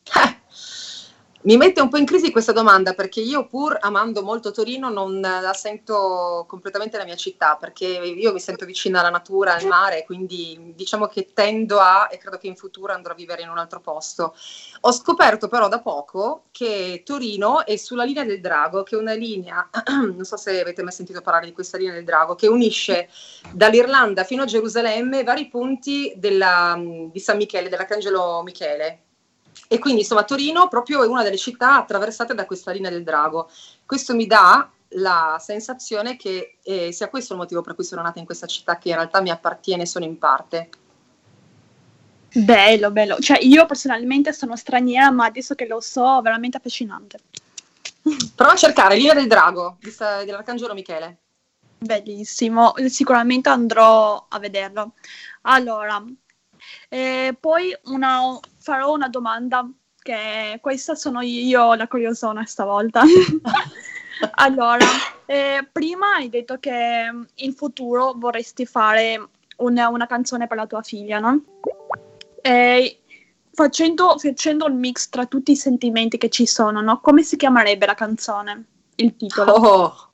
Mi mette un po' in crisi questa domanda perché io, pur amando molto Torino, non la sento completamente la mia città, perché io mi sento vicina alla natura, al mare, quindi diciamo che tendo a, e credo che in futuro andrò a vivere in un altro posto. Ho scoperto però da poco che Torino è sulla linea del Drago, che è una linea, non so se avete mai sentito parlare di questa linea del Drago, che unisce dall'Irlanda fino a Gerusalemme vari punti della, di San Michele, dell'Arcangelo Michele. E quindi insomma Torino proprio è una delle città attraversate da questa linea del Drago. Questo mi dà la sensazione che eh, sia questo il motivo per cui sono nata in questa città, che in realtà mi appartiene solo in parte. Bello, bello. Cioè io personalmente sono straniera, ma adesso che lo so, è veramente affascinante. Prova a cercare linea del Drago di, dell'Arcangelo Michele. Bellissimo, sicuramente andrò a vederlo. Allora, eh, poi una, farò una domanda, che questa sono io la curiosona stavolta. Allora, eh, prima hai detto che in futuro vorresti fare una, una canzone per la tua figlia, no? E facendo, facendo il mix tra tutti i sentimenti che ci sono, no? Come si chiamerebbe la canzone? Il titolo? Oh.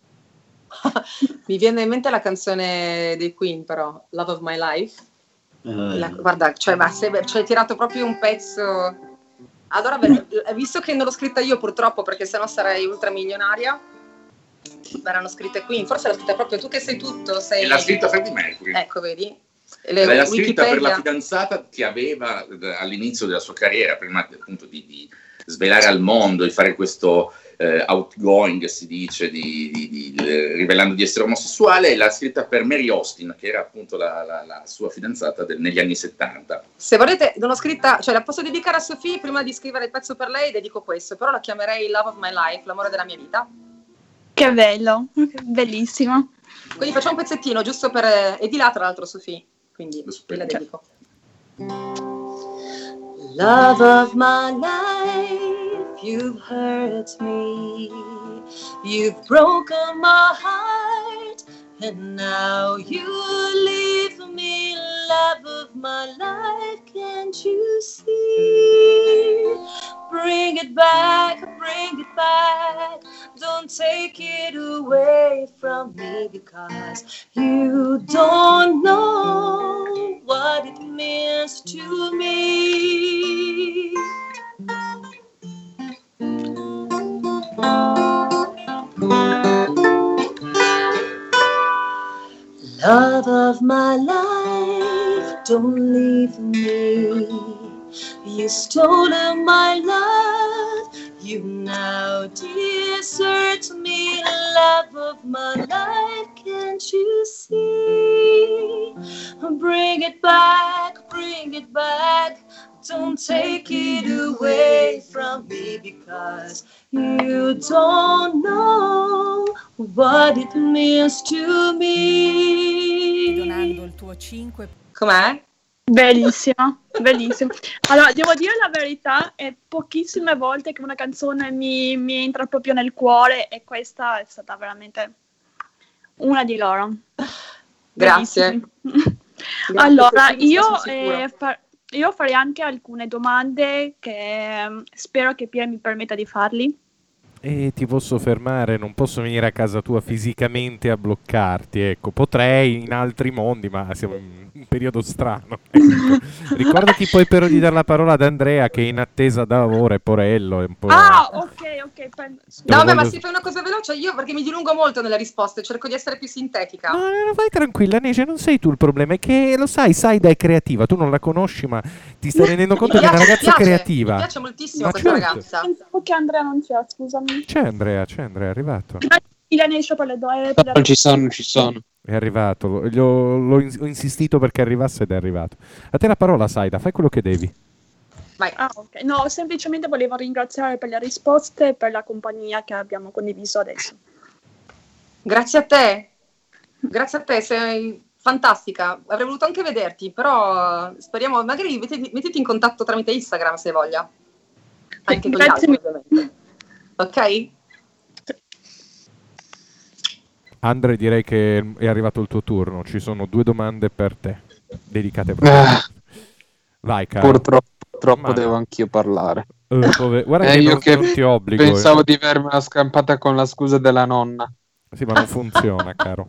Mi viene in mente la canzone dei Queen, però, Love of My Life. Eh. La, guarda, cioè, ma se ci hai tirato proprio un pezzo. Allora, beh, visto che non l'ho scritta io purtroppo, perché sennò sarei ultramilionaria, verranno scritte Queen. Forse l'ha scritta proprio tu che sei tutto. Sei... E l'ha scritta Freddie Mercury. Ecco, vedi? Le, L'ha scritta Wikipedia... per la fidanzata che aveva all'inizio della sua carriera, prima appunto di, di svelare al mondo, di fare questo eh, outgoing, si dice, di, di, di, di, rivelando di essere omosessuale. L'ha scritta per Mary Austin, che era appunto la, la, la sua fidanzata del, negli anni settanta. Se volete, non ho scritta, cioè la posso dedicare a Sophie. Prima di scrivere il pezzo per lei dedico questo, però la chiamerei Love of My Life, l'amore della mia vita. Che bello, bellissimo. Quindi facciamo un pezzettino giusto per... e di là tra l'altro Sophie, quindi ve la dedico. Love of my life, you've hurt me, you've broken my heart, and now you leave me. Love of my life, can't you see? Bring it back, bring it back, don't take it away from me, because you don't know what it means to me. Love of my life, don't leave me. You stole my love, you now desert me. Love of my life, can't you see? Bring it back, bring it back. Don't take it away from me, because you don't know what it means to me. Donando il tuo cinque. Com'è? Bellissima, bellissima. Allora, devo dire la verità, è pochissime volte che una canzone mi, mi entra proprio nel cuore, e questa è stata veramente una di loro. Grazie. Bellissimi. Grazie, Allora, così io, sono sicura. eh, fa- io farei anche alcune domande che eh, spero che Pier mi permetta di farli. E ti posso fermare, non posso venire a casa tua fisicamente a bloccarti, ecco, potrei in altri mondi, ma siamo in un periodo strano. Ecco. Ricordati poi però di dare la parola ad Andrea, che è in attesa da ore, porello, è un po'... Ah, ok, ok. per- No, vabbè, ma voglio- se fai una cosa veloce io, perché mi dilungo molto nelle risposte, cerco di essere più sintetica. No, no, vai tranquilla, Nece, non sei tu il problema, è che lo sai, Saida è creativa, tu non la conosci, ma ti stai rendendo conto Mi che è una piace, ragazza mi piace, creativa. Mi piace moltissimo Ma questa certo. ragazza. Pensavo che Andrea non c'era, scusami. C'è Andrea, c'è Andrea, è arrivato. Ilanescio per le do- eh, per le- Non ci sono, ci sono. È arrivato, lo- gli ho, l'ho ins- ho insistito perché arrivasse ed è arrivato. A te la parola, Saida, fai quello che devi. Ah, ok. No, semplicemente volevo ringraziare per le risposte e per la compagnia che abbiamo condiviso adesso. Grazie a te. Grazie a te, sei fantastica. Avrei voluto anche vederti, però speriamo, magari mettiti, mettiti in contatto tramite Instagram se voglia. Anche con gli Grazie altri, ovviamente. Ok? Andre, direi che è arrivato il tuo turno. Ci sono due domande per te, dedicate proprio a te. Vai, caro. Purtroppo, purtroppo Ma devo no. anch'io parlare. Eh, pove- Guarda Eh, che io non, che non ti obbligo. pensavo eh. di avermela scampata con la scusa della nonna. Sì, ma non funziona, caro.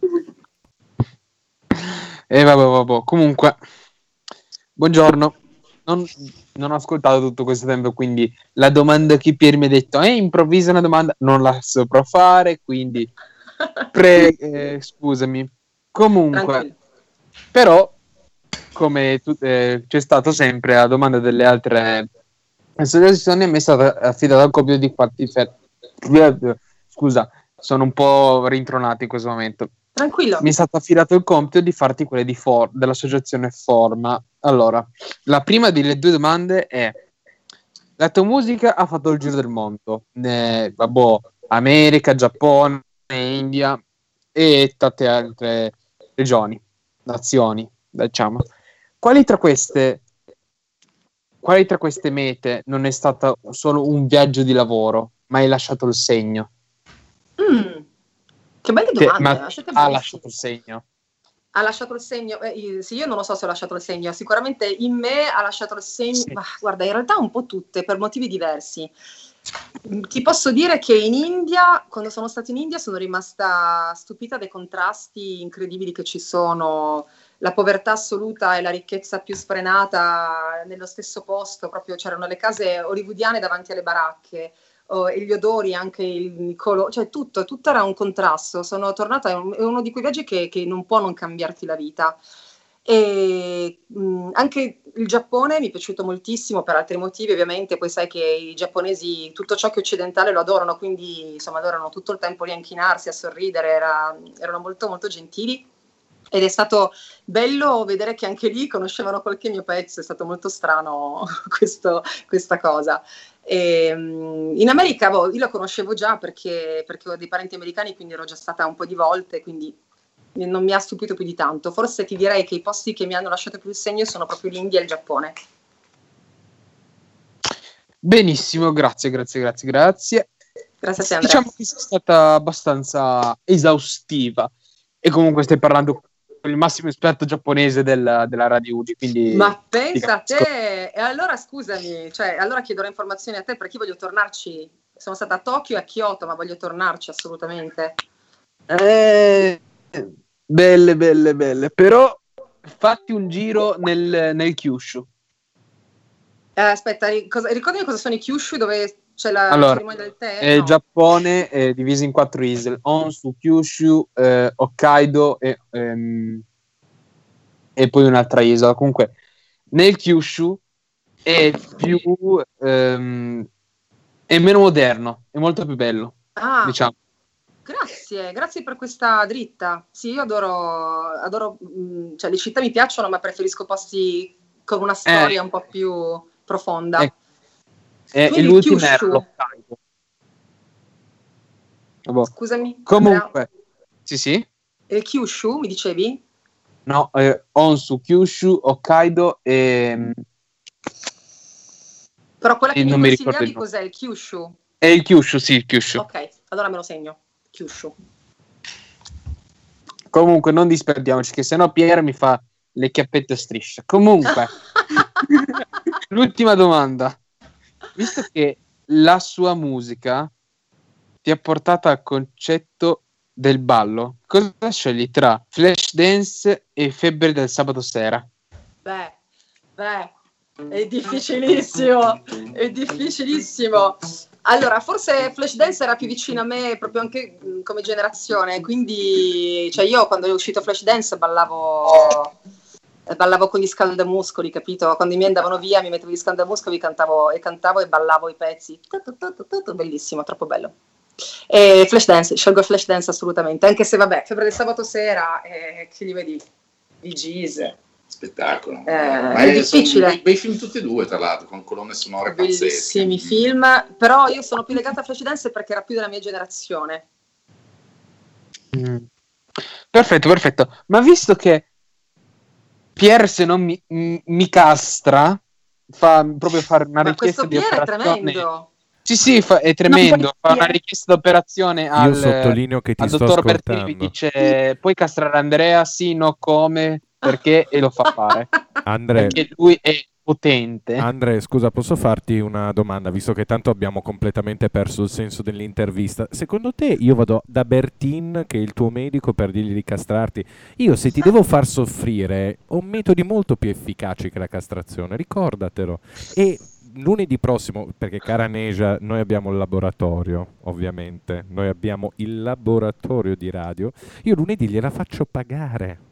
E vabbè, vabbè. Comunque, buongiorno. Non, non ho ascoltato tutto questo tempo, quindi la domanda che Pier mi ha detto, eh, improvvisa una domanda, non la saprò fare, quindi pre- eh, scusami. Comunque, Tranquillo. però, come tu- eh, c'è stato sempre a domanda delle altre associazioni, a me è stata affidata il compito di farti fe- scusa, sono un po' rintronato in questo momento. Tranquillo. Mi è stato affidato il compito di farti quelle di For- dell'associazione Forma. Allora, la prima delle due domande è: la tua musica ha fatto il giro del mondo, eh, vabbè, America, Giappone, India e tante altre regioni, nazioni, diciamo. Quali tra queste quali tra queste mete non è stato solo un viaggio di lavoro, ma hai lasciato il segno? Mm, che belle Che- domande, ma lasciate ha bellissime. lasciato il segno? Ha lasciato il segno? Eh, io- sì, io non lo so se ho lasciato il segno, sicuramente in me ha lasciato il segno, ma guarda, in realtà un po' tutte, per motivi diversi. Ti posso dire che in India, quando sono stata in India, sono rimasta stupita dei contrasti incredibili che ci sono, la povertà assoluta e la ricchezza più sfrenata nello stesso posto, proprio c'erano le case hollywoodiane davanti alle baracche. Oh, e gli odori, anche il colore, cioè tutto, tutto era un contrasto. Sono tornata, è, un- è uno di quei viaggi che, che non può non cambiarti la vita. E mh, anche il Giappone mi è piaciuto moltissimo per altri motivi, ovviamente. Poi sai che i giapponesi tutto ciò che è occidentale lo adorano, quindi insomma loro erano tutto il tempo lì a inchinarsi, a sorridere, era- erano molto molto gentili. Ed è stato bello vedere che anche lì conoscevano qualche mio pezzo, è stato molto strano questo- questa cosa. E, mm, in America boh, io la conoscevo già perché, perché ho dei parenti americani, quindi ero già stata un po' di volte, quindi non mi ha stupito più di tanto. Forse ti direi che i posti che mi hanno lasciato più il segno sono proprio l'India e il Giappone. Benissimo, grazie, grazie, grazie, grazie. Grazie a te, Andrea. Diciamo che sei stata abbastanza esaustiva e comunque stai parlando con il massimo esperto giapponese del- della Radio Ugi, quindi Ma ti pensa a capisco. te, e allora scusami, cioè, allora chiederò informazioni a te perché io voglio tornarci. Sono stata a Tokyo e a Kyoto, ma voglio tornarci assolutamente. Eh, belle, belle, belle, però fatti un giro nel, nel Kyushu. Eh, aspetta, ri- cosa- ricordami cosa sono i Kyushu, dove C'è la Allora, cerimonia del tè? eh, il No. Giappone è diviso in quattro isole: Honshu, Kyushu, eh, Hokkaido e, ehm, e poi un'altra isola. Comunque, nel Kyushu è più ehm, è meno moderno, è molto più bello, Ah, diciamo. grazie, grazie per questa dritta. Sì, io adoro, adoro, mh, cioè le città mi piacciono, ma preferisco posti con una storia un po' più profonda. Ecco. E, e Quindi l'ultimo era Kyushu. l'Hokkaido. Vabbè. Scusami, Comunque, sì, sì. E il Kyushu, mi dicevi? No, eh, Honshu, Kyushu, Hokkaido e... Però quella che e mi non mi ricordo consigliavi il nome. cos'è? Il Kyushu? È il Kyushu, sì, il Kyushu. Ok, allora me lo segno. Kyushu. Comunque non disperdiamoci, che sennò Pier mi fa le chiappette a striscia. Comunque, l'ultima domanda. Visto che la sua musica ti ha portato al concetto del ballo, cosa scegli tra Flashdance e Febbre del sabato sera? Beh, beh, è difficilissimo, è difficilissimo. Allora, forse Flashdance era più vicino a me proprio anche mh, come generazione, quindi cioè io quando è uscito Flashdance ballavo, eh, ballavo con gli scaldamuscoli, capito? Quando i miei andavano via mi mettevo gli scaldamuscoli, cantavo e cantavo e ballavo i pezzi. Tu, tu, tu, tu, tu, bellissimo, troppo bello. E Flashdance, scelgo Flashdance assolutamente, anche se vabbè, Febbre del sabato sera, eh, che li vedi? Bee Gees. Spettacolo. Eh, Ma è sono difficile. bei, bei film tutti e due, tra l'altro, con colonne sonore pazzesche. Bellissimi film, però io sono più legata a Flashdance perché era più della mia generazione. Mm. Perfetto, perfetto. Ma visto che Pier, se non mi, m- mi castra, fa proprio fare una Ma richiesta questo di Pier è operazione. tremendo. Sì, sì, fa- è tremendo. Fa una richiesta d'operazione al, Io sottolineo che ti al sto dottor Bertini, mi ascoltando. dice: puoi castrare Andrea? Sì, no, come? Perché? E lo fa fare. Andre, Perché lui è potente. Andre, scusa, posso farti una domanda, visto che tanto abbiamo completamente perso il senso dell'intervista. Secondo te io vado da Bertin, che è il tuo medico, per dirgli di castrarti? Io se ti devo far soffrire, ho metodi molto più efficaci che la castrazione, ricordatelo. E lunedì prossimo, perché cara Neja, noi abbiamo il laboratorio, ovviamente, noi abbiamo il laboratorio di radio, io lunedì gliela faccio pagare.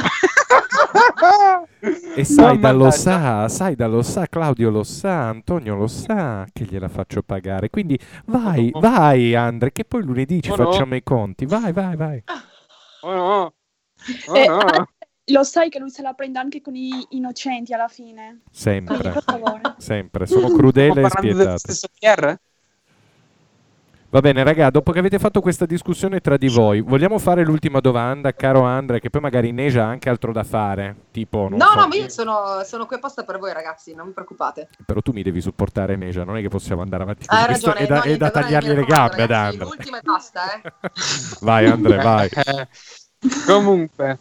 E Saida lo sa, Saida lo sa, Claudio lo sa, Antonio lo sa che gliela faccio pagare. Quindi vai, Oh, no. vai Andre, che poi lunedì ci Oh, no. facciamo i conti. Vai, vai, vai. Oh no. Oh Eh, no. Ale, lo sai che lui se la prende anche con i innocenti alla fine. Quindi, Sempre, per favore. sempre. Sono crudele e Stiamo parlando dello spietato. stesso Pier? Va bene, raga, dopo che avete fatto questa discussione tra di voi, vogliamo fare l'ultima domanda, caro Andre, che poi magari Neja ha anche altro da fare, tipo, non No, so, no, ma io sono, sono qui apposta per voi ragazzi, non vi preoccupate. però tu mi devi supportare Neja, non è che possiamo andare avanti Hai così. Questo ragione, è da, no, è niente, da allora tagliargli mi le raccomando, gambe ad ragazzi, Andre. l'ultima e basta, eh. Vai Andre, vai. Comunque,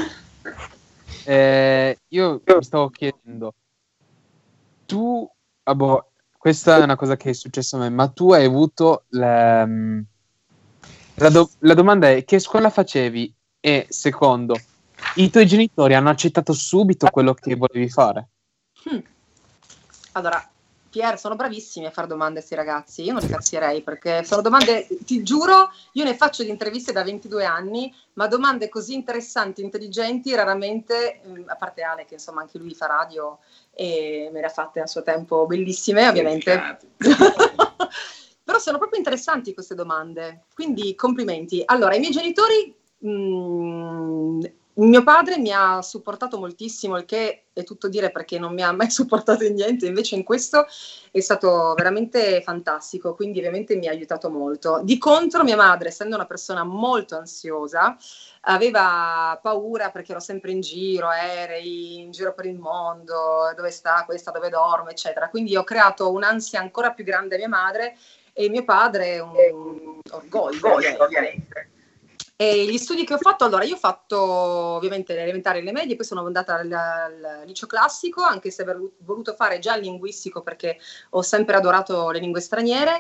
eh, io mi stavo chiedendo, tu, ah, boh, questa è una cosa che è successa a me, ma tu hai avuto la, la, do- la domanda è: che scuola facevi? E secondo, i tuoi genitori hanno accettato subito quello che volevi fare? Hmm. Allora, Pier, sono bravissimi a fare domande sti ragazzi, io non li cazzierei perché sono domande, ti giuro, io ne faccio di interviste da ventidue anni, ma domande così interessanti, intelligenti, raramente, mh, a parte Ale che insomma anche lui fa radio e me le ha fatte a suo tempo bellissime ovviamente. Però sono proprio interessanti queste domande, quindi complimenti. Allora, i miei genitori, mh, mio padre mi ha supportato moltissimo, il che è tutto dire perché non mi ha mai supportato in niente, invece in questo è stato veramente fantastico, quindi ovviamente mi ha aiutato molto. Di contro mia madre, essendo una persona molto ansiosa, aveva paura perché ero sempre in giro, aerei, in giro per il mondo, dove sta questa, dove dorme, eccetera. Quindi ho creato un'ansia ancora più grande a mia madre e mio padre un, un orgoglio, ovviamente. E gli studi che ho fatto, allora io ho fatto ovviamente le elementari e le medie, poi sono andata al, al liceo classico, anche se aver voluto fare già il linguistico perché ho sempre adorato le lingue straniere.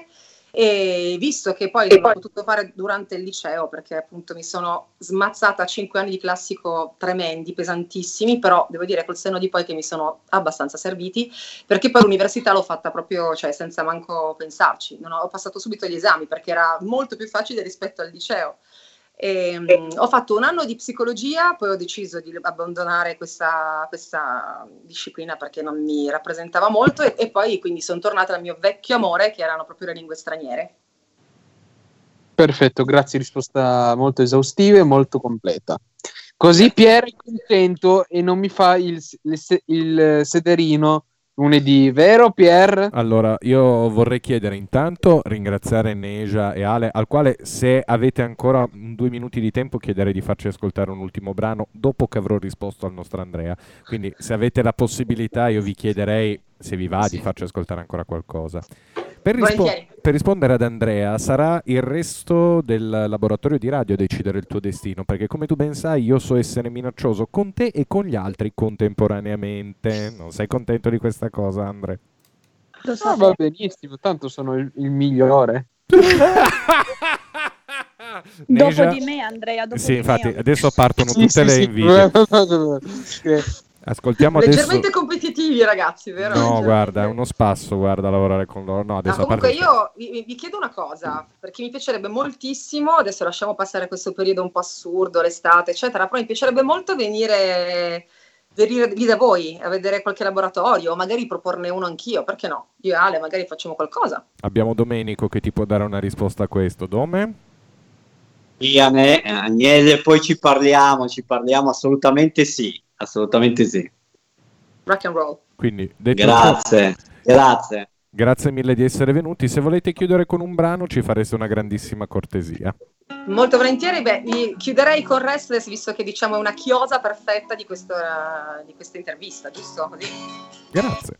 E visto che poi l'ho potuto fare durante il liceo, perché appunto mi sono smazzata cinque anni di classico tremendi, pesantissimi, però devo dire col senno di poi che mi sono abbastanza serviti, perché poi l'università l'ho fatta proprio, cioè senza manco pensarci. Non ho, ho passato subito gli esami perché era molto più facile rispetto al liceo. E, um, ho fatto un anno di psicologia, poi ho deciso di abbandonare questa, questa disciplina perché non mi rappresentava molto e, e poi quindi sono tornata al mio vecchio amore, che erano proprio le lingue straniere. Perfetto, grazie, risposta molto esaustiva e molto completa. Così Pier è contento e non mi fa il, il, il sederino lunedì, vero Pier? Allora, io vorrei chiedere intanto, ringraziare Neja e Ale, al quale se avete ancora due minuti di tempo chiederei di farci ascoltare un ultimo brano dopo che avrò risposto al nostro Andrea. Quindi se avete la possibilità io vi chiederei, se vi va, sì, di farci ascoltare ancora qualcosa. Per, rispo- per rispondere ad Andrea, sarà il resto del laboratorio di radio a decidere il tuo destino, perché come tu ben sai io so essere minaccioso con te e con gli altri contemporaneamente. Non sei contento di questa cosa, Andrea? Lo so, ah, va benissimo, tanto sono il, il migliore. Dopo di me, Andrea, dopo sì, di infatti, me. adesso partono tutte sì, le sì, invidie. Ascoltiamo leggermente adesso... competitivi, ragazzi, vero? No, guarda, è uno spasso, guarda, lavorare con loro. No, adesso no, comunque io vi, vi chiedo una cosa, perché mi piacerebbe moltissimo, adesso lasciamo passare questo periodo un po' assurdo, l'estate, eccetera, però mi piacerebbe molto venire, venire lì da voi a vedere qualche laboratorio, magari proporne uno anch'io, perché no? Io e Ale magari facciamo qualcosa. Abbiamo Domenico che ti può dare una risposta a questo. Dome? Sì, Agnese, poi ci parliamo, ci parliamo, assolutamente sì. Assolutamente sì. Rock and roll. Quindi, detto grazie, ciò, grazie. Grazie mille di essere venuti. Se volete chiudere con un brano ci fareste una grandissima cortesia. Molto volentieri. Beh, vi chiuderei con Restless, visto che diciamo è una chiosa perfetta di, questo, uh, di questa intervista, giusto? Così. Grazie.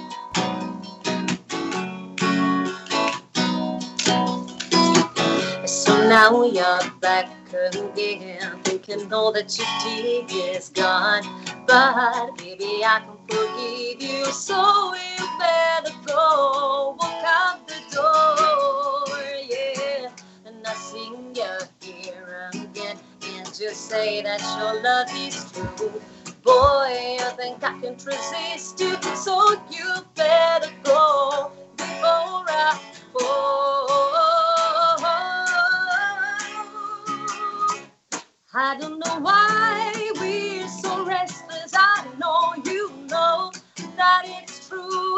So now you're back again, thinking all that you did is gone. But baby, I can forgive you, so you better go. Walk out the door, yeah. And I sing you here again, and just say that your love is true. Boy, I think I can resist you, so you better go before I fall. I don't know why we're so restless. I know you know that it's true.